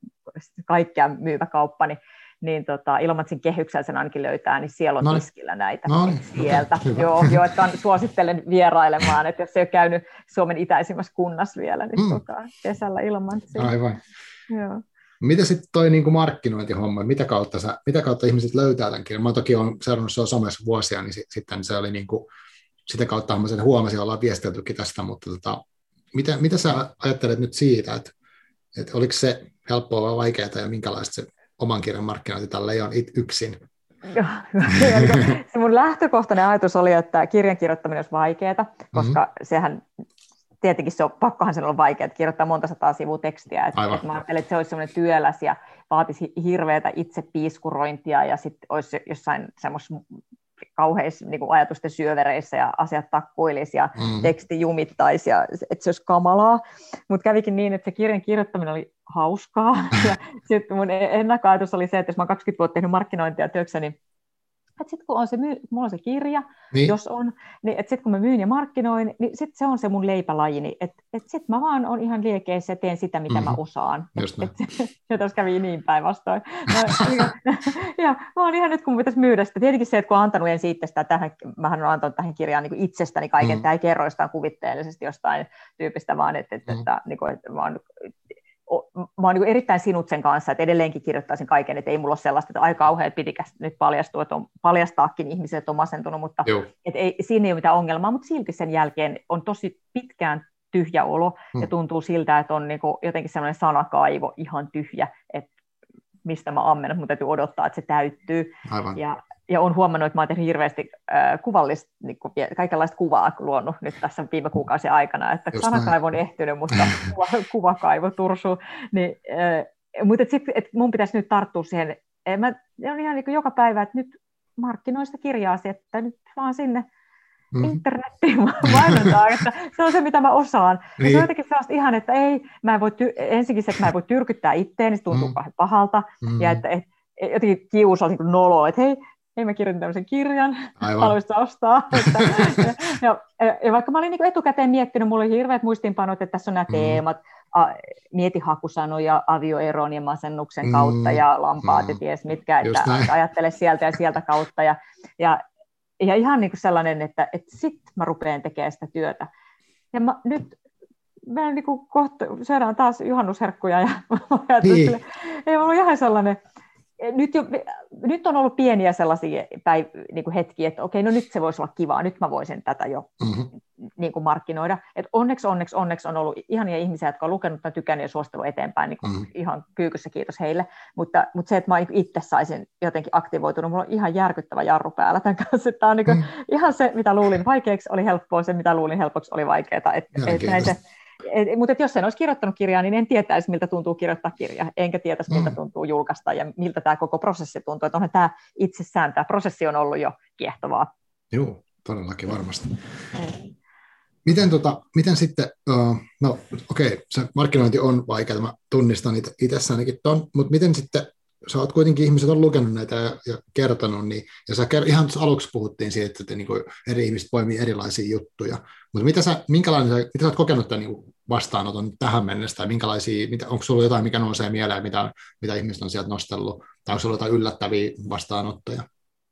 kaikkea myyvä kauppa, niin, niin tota, Ilomantsin kehyksellä sen ainakin löytää, niin siellä on tiskillä näitä Noin. sieltä. Okay, joo, joo, että suosittelen vierailemaan, että jos ei ole käynyt Suomen itäisimmässä kunnassa vielä, niin mm. kesällä Ilomantsiin. Aivan. Joo. Mitä sitten toi niinku markkinointihomma, mitä kautta, sä, mitä kautta ihmiset löytää tämän kirjan? Mä toki olen seurannut se somessa vuosia, niin sitten se oli niinku, sitä kautta mä sen huomasin, ollaan viesteltykin tästä, mutta tota, mitä, mitä sä ajattelet nyt siitä, että, että oliko se helppoa vai vaikeaa ja minkälaista se oman kirjan markkinointi tällä ei ole yksin? Se mun lähtökohtainen ajatus oli, että kirjan kirjoittaminen olisi vaikeaa, koska mm-hmm. sehän tietenkin se on, pakkohan sen olla vaikea, että kirjoittaa monta sataa sivua tekstiä. Että, että mä ajattelin, että se olisi semmoinen työläs ja vaatisi hirveätä itsepiiskurointia ja sitten olisi jossain semmoisessa kauheissa niin kuin ajatusten syövereissä ja asiat takkuilisi ja mm. teksti jumittaisi ja että se olisi kamalaa. Mutta kävikin niin, että se kirjan kirjoittaminen oli hauskaa. Ja sitten mun ennakkoajatus oli se, että jos mä oon kaksikymmentä vuotta tehnyt markkinointia työkseni, että sitten kun on se myy, mulla on se kirja, niin. jos on, niin että sitten kun mä myyn ja markkinoin, niin sitten se on se mun leipälajini, että et sitten mä vaan on ihan liekeissä ja teen sitä, mitä mm-hmm. mä osaan. Et, et, ja tässä kävi niin päinvastoin. Ja mä oon ihan nyt, kun mä pitäisi myydä sitä, tietenkin se, että kun on antanut ensin itsestä, tähän, mähän olen antanut tähän kirjaan niin itsestäni kaiken, mm-hmm. tämä ei kerro jostain kuvitteellisesti jostain tyypistä, vaan että, että, mm-hmm. että, että, että mä oon mä oon niin erittäin sinut sen kanssa, että edelleenkin kirjoittaisin kaiken, että ei mulla ole sellaista, että aika kauhean pitikäs nyt paljastua, että on paljastaakin ihmiset, että on masentunut, mutta että ei, siinä ei ole mitään ongelmaa, mutta silti sen jälkeen on tosi pitkään tyhjä olo hmm. ja tuntuu siltä, että on niin kuin jotenkin sellainen sanakaivo ihan tyhjä, että mistä mä ammennan, mutta täytyy odottaa, että se täyttyy. Aivan. Ja Ja olen huomannut, että mä olen tehnyt hirveästi äh, kuvallista, niin kuin, kaikenlaista kuvaa luonut nyt tässä viime kuukausien aikana, että just sanakaivo on ehtynyt, mutta kuva, kuvakaivo tursuu. Niin, äh, mutta et sit, et mun pitäisi nyt tarttua siihen, mä on ihan niin kuin joka päivä, että nyt markkinoista kirjaasi, että nyt vaan sinne mm. internettiin mainontaa, että se on se, mitä mä osaan. Niin. Ja se on jotenkin sellaista ihan, että ei, mä en voi ty- ensinnäkin se, että mä en voi tyrkyttää itteeni, se tuntuu mm. kauhean pahalta, mm. ja että et, jotenkin kiusaa niin kuin noloa, että hei, ei mä kirjoitin tämmöisen kirjan, haluaisit ostaa. Että, ja, ja, ja vaikka mä olin niin etukäteen miettinyt, mulla oli hirveät muistiinpanot, että tässä on nämä mm. teemat, a, mieti hakusanoja avioeron ja masennuksen mm. kautta ja lampaat ja ties mitkä, että, että ajattele sieltä ja sieltä kautta. Ja, ja, ja ihan niin kuin sellainen, että, että sit mä rupean tekemään sitä työtä. Ja mä, nyt me niin kohta syödään taas juhannusherkkuja ja niin. ei ollut ihan sellainen, nyt, jo, nyt on ollut pieniä sellaisia päiv, niin kuin hetkiä, että okei, no nyt se voisi olla kivaa, nyt mä voisin tätä jo mm-hmm. niin kuin markkinoida. Et onneksi, onneksi, onneksi on ollut ihania ihmisiä, jotka on lukenut ja tykännyt ja suostellut eteenpäin, niin kuin mm-hmm. ihan kyykyssä, kiitos heille. Mutta, mutta se, että mä itse saisin jotenkin aktivoitunut, mulla on ihan järkyttävä jarru päällä tämän kanssa. Tämä on niin kuin mm-hmm. ihan se, mitä luulin vaikeaksi, oli helppoa, se, mitä luulin helpoksi, oli vaikeaa. Et, et näin se, Et, mutta jos en olisi kirjoittanut kirjaa, niin en tietäisi, miltä tuntuu kirjoittaa kirja, enkä tietäisi, miltä tuntuu julkaista ja miltä tämä koko prosessi tuntuu. Että onhan tämä itsessään, tämä prosessi on ollut jo kiehtovaa. Joo, todellakin varmasti. Mm. Miten, tota, miten sitten, uh, no okei, okay, se markkinointi on vaikeaa, mä tunnistan itsessänikin ton, mutta miten sitten, sä oot kuitenkin, ihmiset on lukenut näitä ja, ja kertonut, niin, ja sä ihan aluksi puhuttiin siitä, että niin kuin eri ihmiset poimii erilaisia juttuja, mutta mitä sä, minkälainen sä, mitä sä oot kokenut tämän niin kuin vastaanoton tähän mennessä, tai minkälaisia, mitä, onko sulla jotain, mikä nousee mieleen, mitä, mitä ihmiset on sieltä nostellut, tai onko sulla jotain yllättäviä vastaanottoja?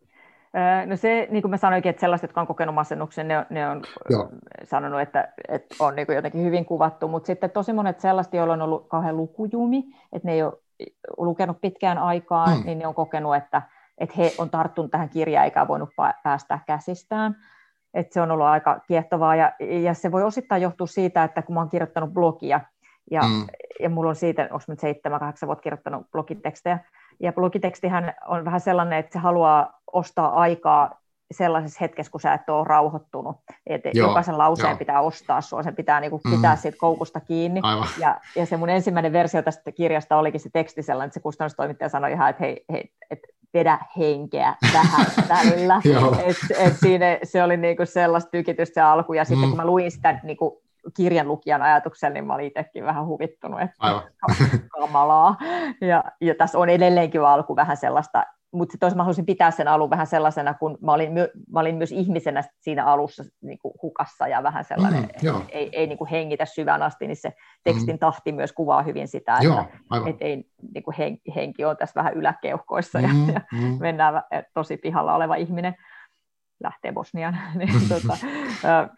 No se, niin kuin mä sanoinkin, että sellaiset, jotka on kokenut masennuksen, ne, ne on Joo. sanonut, että, että on niin kuin jotenkin hyvin kuvattu, mutta sitten tosi monet sellaiset, joilla on ollut kauhean lukujumi, että ne ei ole lukenut pitkään aikaan, hmm. niin ne on kokenut, että, että he on tarttunut tähän kirjaan eikä voinut päästää käsistään. Että se on ollut aika kiehtovaa ja, ja se voi osittain johtua siitä, että kun mä oon kirjoittanut blogia ja, hmm. ja mulla on siitä, onko mä nyt seitsemän, kahdeksan vuotta kirjoittanut blogitekstejä, ja blogitekstihän on vähän sellainen, että se haluaa ostaa aikaa sellaisessa hetkessä, kun sä et ole rauhoittunut. Että jokaisen lauseen jo. pitää ostaa sua, sen pitää niinku pitää mm. siitä koukusta kiinni. Ja, ja se mun ensimmäinen versio tästä kirjasta olikin se teksti sellainen, että se kustannustoimittaja sanoi ihan, että hei, hei et vedä henkeä vähän välillä. et, et siinä se oli niinku sellaista tykitystä se alku. Ja sitten mm. kun mä luin sitä niinku kirjan lukijan ajatuksella, niin mä olin itsekin vähän huvittunut, että kamalaa. Ja, ja tässä on edelleenkin alku vähän sellaista, mutta toisaalta mä haluaisin pitää sen alun vähän sellaisena, kun mä olin, my, mä olin myös ihmisenä siinä alussa niin kuin hukassa ja vähän sellainen, mm, ei, ei niin kuin hengitä syvään asti, niin se tekstin mm. tahti myös kuvaa hyvin sitä, että joo, et ei, niin kuin hen, henki on tässä vähän yläkeuhkoissa mm, ja, ja mm. mennään tosi pihalla oleva ihminen, lähtee Bosniaan. niin, tota, ö,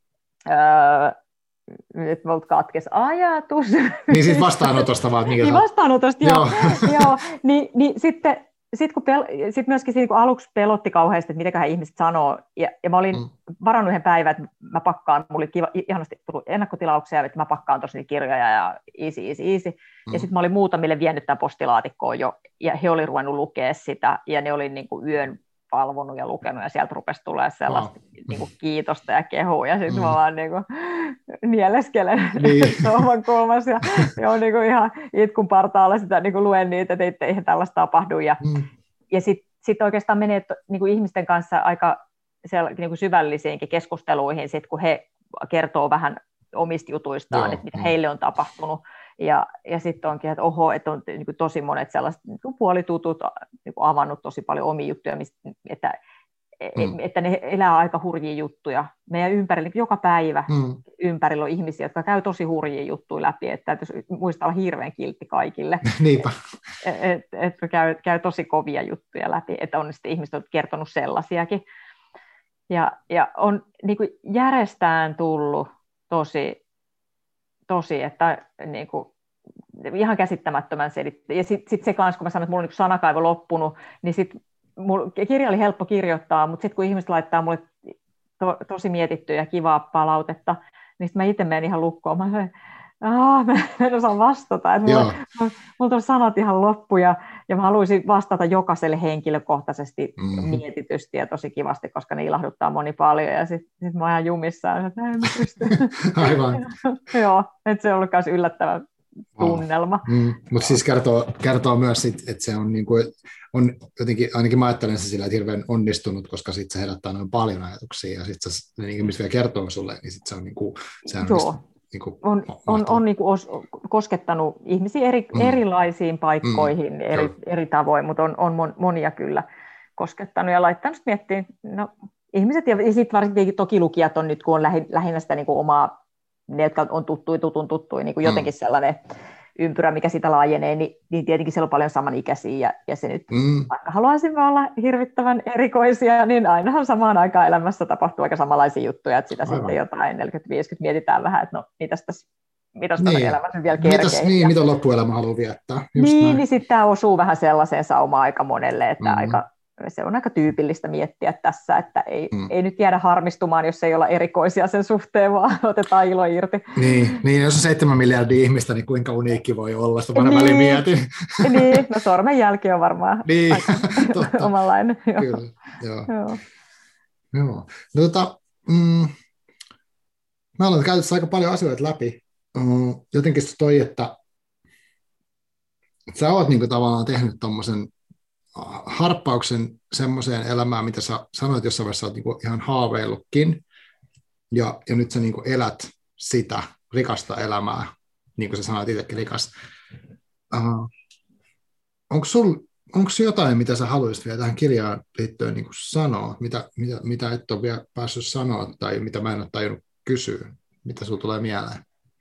ö, nyt multa katkesi ajatus. Niin siis vastaanotosta vaan. Mikä niin vastaanotosta, joo. joo. Niin, niin sitten sit kun pel- sit myöskin siinä, kun aluksi pelotti kauheasti, että mitäköhän ihmiset sanoo, ja, ja mä olin mm. varannut yhden päivän, että mä pakkaan, mulla oli kiva, ihanasti tullut ennakkotilauksia, että mä pakkaan tosi kirjoja ja easy, easy, easy. Mm. Ja sitten mä olin muutamille vienyt tämän postilaatikkoon jo, ja he oli ruvennut lukea sitä, ja ne oli niin kuin yön palvonut ja lukenut, ja sieltä rupesi tulemaan sellaista wow. niin kuin kiitosta ja kehua, ja sitten mm. mä vaan niin kuin nieleskelen niin. sohvan kulmassa, ja, ja niin kuin ihan itkun partaalla sitä niin kuin luen niitä, että eihän tällaista tapahdu, ja, mm. ja sitten sit oikeastaan menee to, niin kuin ihmisten kanssa aika sel, niin kuin syvällisiinkin keskusteluihin, sit, kun he kertoo vähän omista jutuistaan, Joo. että mitä mm. heille on tapahtunut, ja, ja sitten onkin, että oho, että on niin kuin tosi monet sellaiset niin kuin puolitutut niin kuin avannut tosi paljon omia juttuja, mistä, että, mm. että ne elää aika hurjia juttuja. Meidän ympärillä, niin joka päivä mm. ympärillä on ihmisiä, jotka käy tosi hurjia juttuja läpi, että täytyisi muistaa olla hirveän kiltti kaikille. Niinpä. Että et, et käy, käy tosi kovia juttuja läpi, että on sitten ihmiset on kertonut sellaisiakin. Ja, ja on niin kuin järjestään tullut tosi tosi, että niin kuin, ihan käsittämättömän selittä. Ja sitten sit se kanssa, kun mä sanoin, että mulla on niin sanakaivo loppunut, niin sitten kirja oli helppo kirjoittaa, mutta sitten kun ihmiset laittaa mulle to, tosi mietittyä ja kivaa palautetta, niin sitten mä itse menen ihan lukkoon. Mä sanoin, aah, mä en osaa vastata. Että mulla, mulla on sanat ihan loppu, ja, ja mä haluaisin vastata jokaiselle henkilökohtaisesti mm-hmm. mietitysti ja tosi kivasti, koska ne ilahduttaa moni paljon, ja sitten sit mä oon ihan jumissaan, että en mä pysty. Aivan. Joo, että se on ollut myös yllättävä tunnelma. Mm. Mutta siis kertoo, kertoo myös, sit, että se on, niinku, on jotenkin, ainakin mä ajattelen se sillä, että hirveän onnistunut, koska sitten se herättää noin paljon ajatuksia, ja sitten ne ihmiset vielä kertoo sulle, niin sitten se on, niinku, se on Joo. Niin kuin on, on, on niin kuin os, koskettanut ihmisiä eri, mm. erilaisiin paikkoihin mm. eri, eri tavoin, mutta on, on monia kyllä koskettanut ja laittanut miettimään, no ihmiset ja, ja sitten varsinkin toki lukijat on nyt, kun on lähi, lähinnä sitä niin kuin omaa, ne jotka on tuttuja, tutun tuttuja, niin kuin jotenkin mm. sellainen ympyrä, mikä sitä laajenee, niin, niin tietenkin siellä on paljon samanikäisiä, ja, ja se nyt, mm. vaikka haluaisimme olla hirvittävän erikoisia, niin ainahan samaan aikaan elämässä tapahtuu aika samanlaisia juttuja, että sitä Aivan. sitten jotain neljäkymmentä viisikymmentä mietitään vähän, että no, mitäs tässä mitä sitä niin. elämässä vielä kerkee. Niin, mitä loppuelämä haluaa viettää. Just niin, näin. niin sitten tämä osuu vähän sellaiseen saumaan aika monelle, että mm-hmm. aika, se on aika tyypillistä miettiä tässä, että ei, mm. ei nyt jäädä harmistumaan, jos ei olla erikoisia sen suhteen, vaan otetaan ilo irti. Niin, niin jos on seitsemän miljardia ihmistä, niin kuinka uniikki voi olla, sitä mä niin, väliin mietin. Niin, no sormenjälki on varmaan niin, aika omanlainen. Kyllä, joo. joo. joo. No, tota, mm, me ollaan käytössä aika paljon asioita läpi. Mm, jotenkin se toi, että, että sä oot niinku tavallaan tehnyt tommosen harppauksen semmoiseen elämään, mitä sä sanoit jossain vaiheessa, olet niinku ihan haaveillutkin, ja, ja nyt sä niinku elät sitä rikasta elämää, niin kuin sä sanoit itsekin rikas. Uh, onko sul, onko jotain, mitä sä haluaisit vielä tähän kirjaan liittyen niinku sanoa, mitä, mitä, mitä et ole vielä päässyt sanoa, tai mitä mä en ole tajunnut kysyä, mitä sulla tulee mieleen?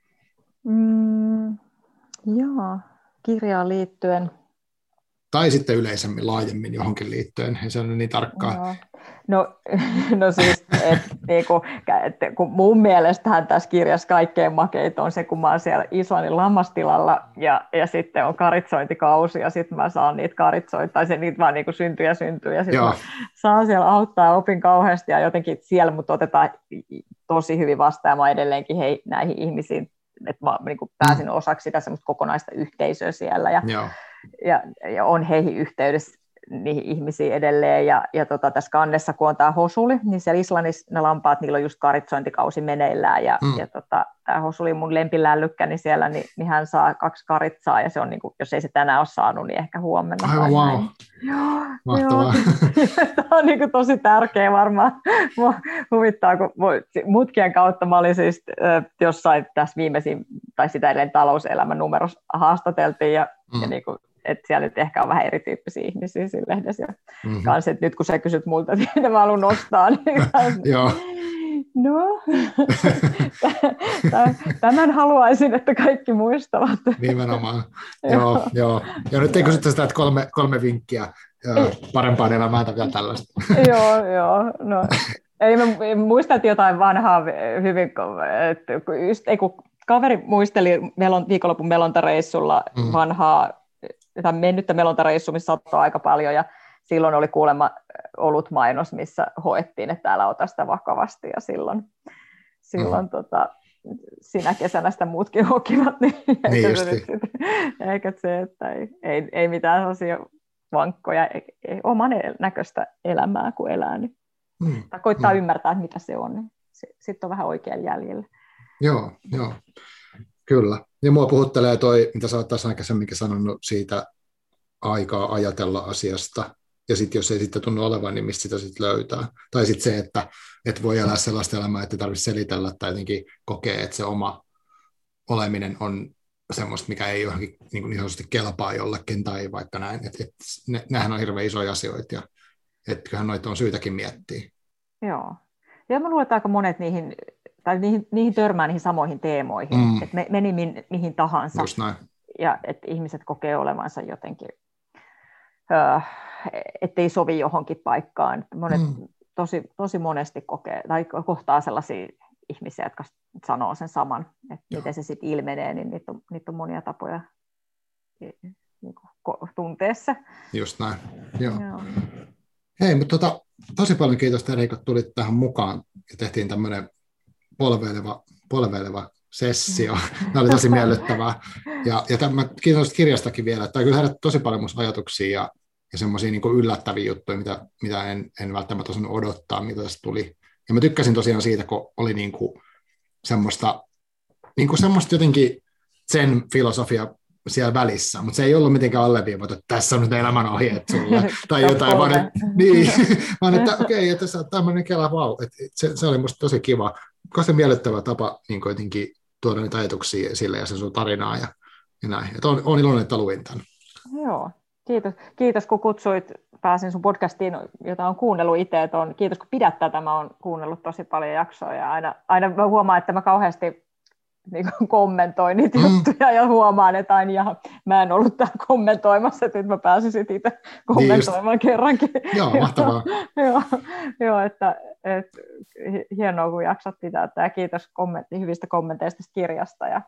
Mm, joo, kirjaan liittyen. Tai sitten yleisemmin, laajemmin johonkin liittyen, ei se ole niin tarkkaa. No, no, no siis, et, niinku, et, kun mun mielestähän tässä kirjassa kaikkein makeinta on se, kun mä oon siellä Islannin lammastilalla ja, ja sitten on karitsointikausi ja sitten mä saan niitä karitsoita, tai se niitä vaan niinku syntyy ja syntyy ja sitten mä saan siellä auttaa ja opin kauheasti ja jotenkin siellä mut otetaan tosi hyvin vastaan ja mä edelleenkin hei, näihin ihmisiin, että mä niinku pääsin osaksi sitä semmoista kokonaista yhteisöä siellä ja Joo. Ja, ja on heihin yhteydessä niihin ihmisiin edelleen. Ja, ja tota, tässä kannessa, kun on tämä Hosuli, niin siellä Islannissa ne lampaat, niillä on just karitsointikausi meneillään. Ja, mm. ja tota, tämä Hosuli, mun lempilällykkä, niin siellä niin, niin hän saa kaksi karitsaa. Ja se on, niin kuin, jos ei se tänään ole saanut, niin ehkä huomenna. Aivan wow. Joo, mahtavaa. Tämä on niin kuin tosi tärkeä varmaan. Mua huvittaa, kun mutkien kautta mä olin siis äh, jossain tässä viimeisin, tai sitä edelleen talouselämän numerossa haastateltiin. Ja, mm. ja niin kuin, että siellä nyt ehkä on vähän erityyppisiä ihmisiä siinä lehdessä. Mm-hmm. Kans, että nyt kun sä kysyt multa, että mitä mä haluan nostaa, niin kans, no, tämän haluaisin, että kaikki muistavat. Nimenomaan, joo, joo. Ja nyt ei kysytä sitä, että kolme, kolme vinkkiä parempaan elämään tai tällaista. Joo, joo, no. Ei, mä muistan jotain vanhaa hyvin, että just, ei, kun kaveri muisteli melon, viikonlopun melontareissulla mm. vanhaa, tai mennyttä melontareissua, missä sattui aika paljon, ja silloin oli kuulemma ollut mainos, missä hoettiin, että täällä ota sitä vakavasti, ja silloin, silloin mm. tota, sinä kesänä sitä muutkin hokivat, niin, niin eikä, se nyt, eikä se, että ei, ei, ei mitään sellaisia vankkoja, ei, ei oman näköistä elämää, kun elää, niin, mm. tai koittaa mm. ymmärtää, että mitä se on, niin sitten on vähän oikealla jäljellä. Joo, joo. Kyllä. Ja mua puhuttelee toi, mitä sä oot taas aikaisemminkin sanonut siitä aikaa ajatella asiasta. Ja sitten jos ei sitten tunnu olevan, niin mistä sitä sitten löytää. Tai sitten se, että, että voi elää sellaista elämää, että ei tarvitse selitellä tai jotenkin kokee, että se oma oleminen on semmoista, mikä ei johonkin niin, niin sanotusti kelpaa jollekin tai vaikka näin. Et, et, ne, nehän on hirveän isoja asioita ja et kyllähän noita on syytäkin miettiä. Joo. Ja mä luulen, että aika monet niihin tai niihin, niihin törmää niihin samoihin teemoihin, mm. että me, meni min, mihin tahansa, ja että ihmiset kokee olevansa jotenkin, öö, ettei sovi johonkin paikkaan. Monet mm. tosi, tosi monesti kokee, tai kohtaa sellaisia ihmisiä, jotka sanoo sen saman, että Joo. miten se sitten ilmenee, niin niitä on, niitä on monia tapoja niin kuin, tunteessa. Just näin, Joo. Joo. Hei, mutta tota, tosi paljon kiitos Terhi, kun tulit tähän mukaan, ja tehtiin tämmöinen polveileva, polveileva sessio. Tämä oli tosi miellyttävää. Ja, ja tämän, kiitos kirjastakin vielä. Tämä kyllä herätti tosi paljon musta ajatuksia ja, ja semmoisia niin kuin yllättäviä juttuja, mitä, mitä en, en välttämättä osannut odottaa, mitä tästä tuli. Ja mä tykkäsin tosiaan siitä, kun oli niin kuin semmoista, niin kuin semmoista jotenkin sen filosofia siellä välissä, mutta se ei ollut mitenkään alleviivata, että tässä on nyt elämänohjeet sulle, tai jotain, vaan että, niin, vaan että okei, okay, että sä tämmöinen kela, vau, että se, se oli musta tosi kiva, koska miellyttävä tapa niin jotenkin tuoda niitä ajatuksia esille ja sen sun tarinaa ja, ja näin. Että on, on iloinen, että luin tämän. Joo, kiitos. Kiitos kun kutsuit, pääsin sun podcastiin, jota on kuunnellut itse, että on, kiitos kun pidät tätä, mä oon kuunnellut tosi paljon jaksoja ja aina, aina mä huomaan, että mä kauheasti niin kommentoin niitä mm. juttuja ja huomaan, että aina jaha, mä en ollut täällä kommentoimassa, että nyt mä pääsin sitten itse kommentoimaan niin kerrankin. Joo, mahtavaa. joo, joo, että, että hienoa, kun jaksat pitää. Ja kiitos kommentti, hyvistä kommenteista kirjasta. Ja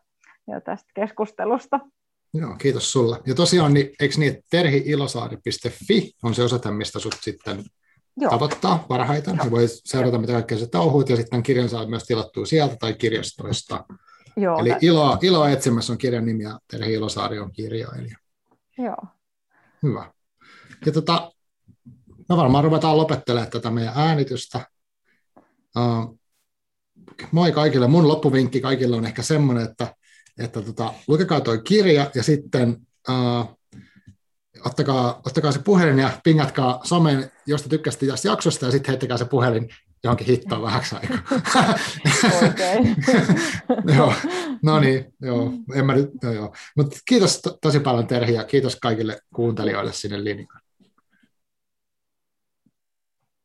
ja tästä keskustelusta. Joo, kiitos sulle. Ja tosiaan, niin, eikö niin, että terhi ilosaari piste fi on se osoite, mistä sut sitten Joo. tavoittaa parhaiten. Ja voi seurata, mitä kaikkea se touhuut, ja sitten kirjan saa myös tilattua sieltä tai kirjastoista. Joo, Eli iloa, iloa etsimässä on kirjan nimi, ja Terhi Ilosaari on kirjailija. Joo. Hyvä. Ja tota, me varmaan ruvetaan lopettelemaan tätä meidän äänitystä. Uh, moi kaikille. Mun loppuvinkki kaikille on ehkä semmoinen, että, että tota, lukekaa toi kirja ja sitten uh, ottakaa, ottakaa se puhelin ja pingatkaa someen, jos te tykkäsitte tästä jaksosta, ja sitten heittäkää se puhelin johonkin hittoon vähäksi aikaa. Oikein. Joo, no niin, joo, en mä nyt, no joo. Mutta kiitos to, tosi paljon Terhi, ja kiitos kaikille kuuntelijoille sinne linjaan.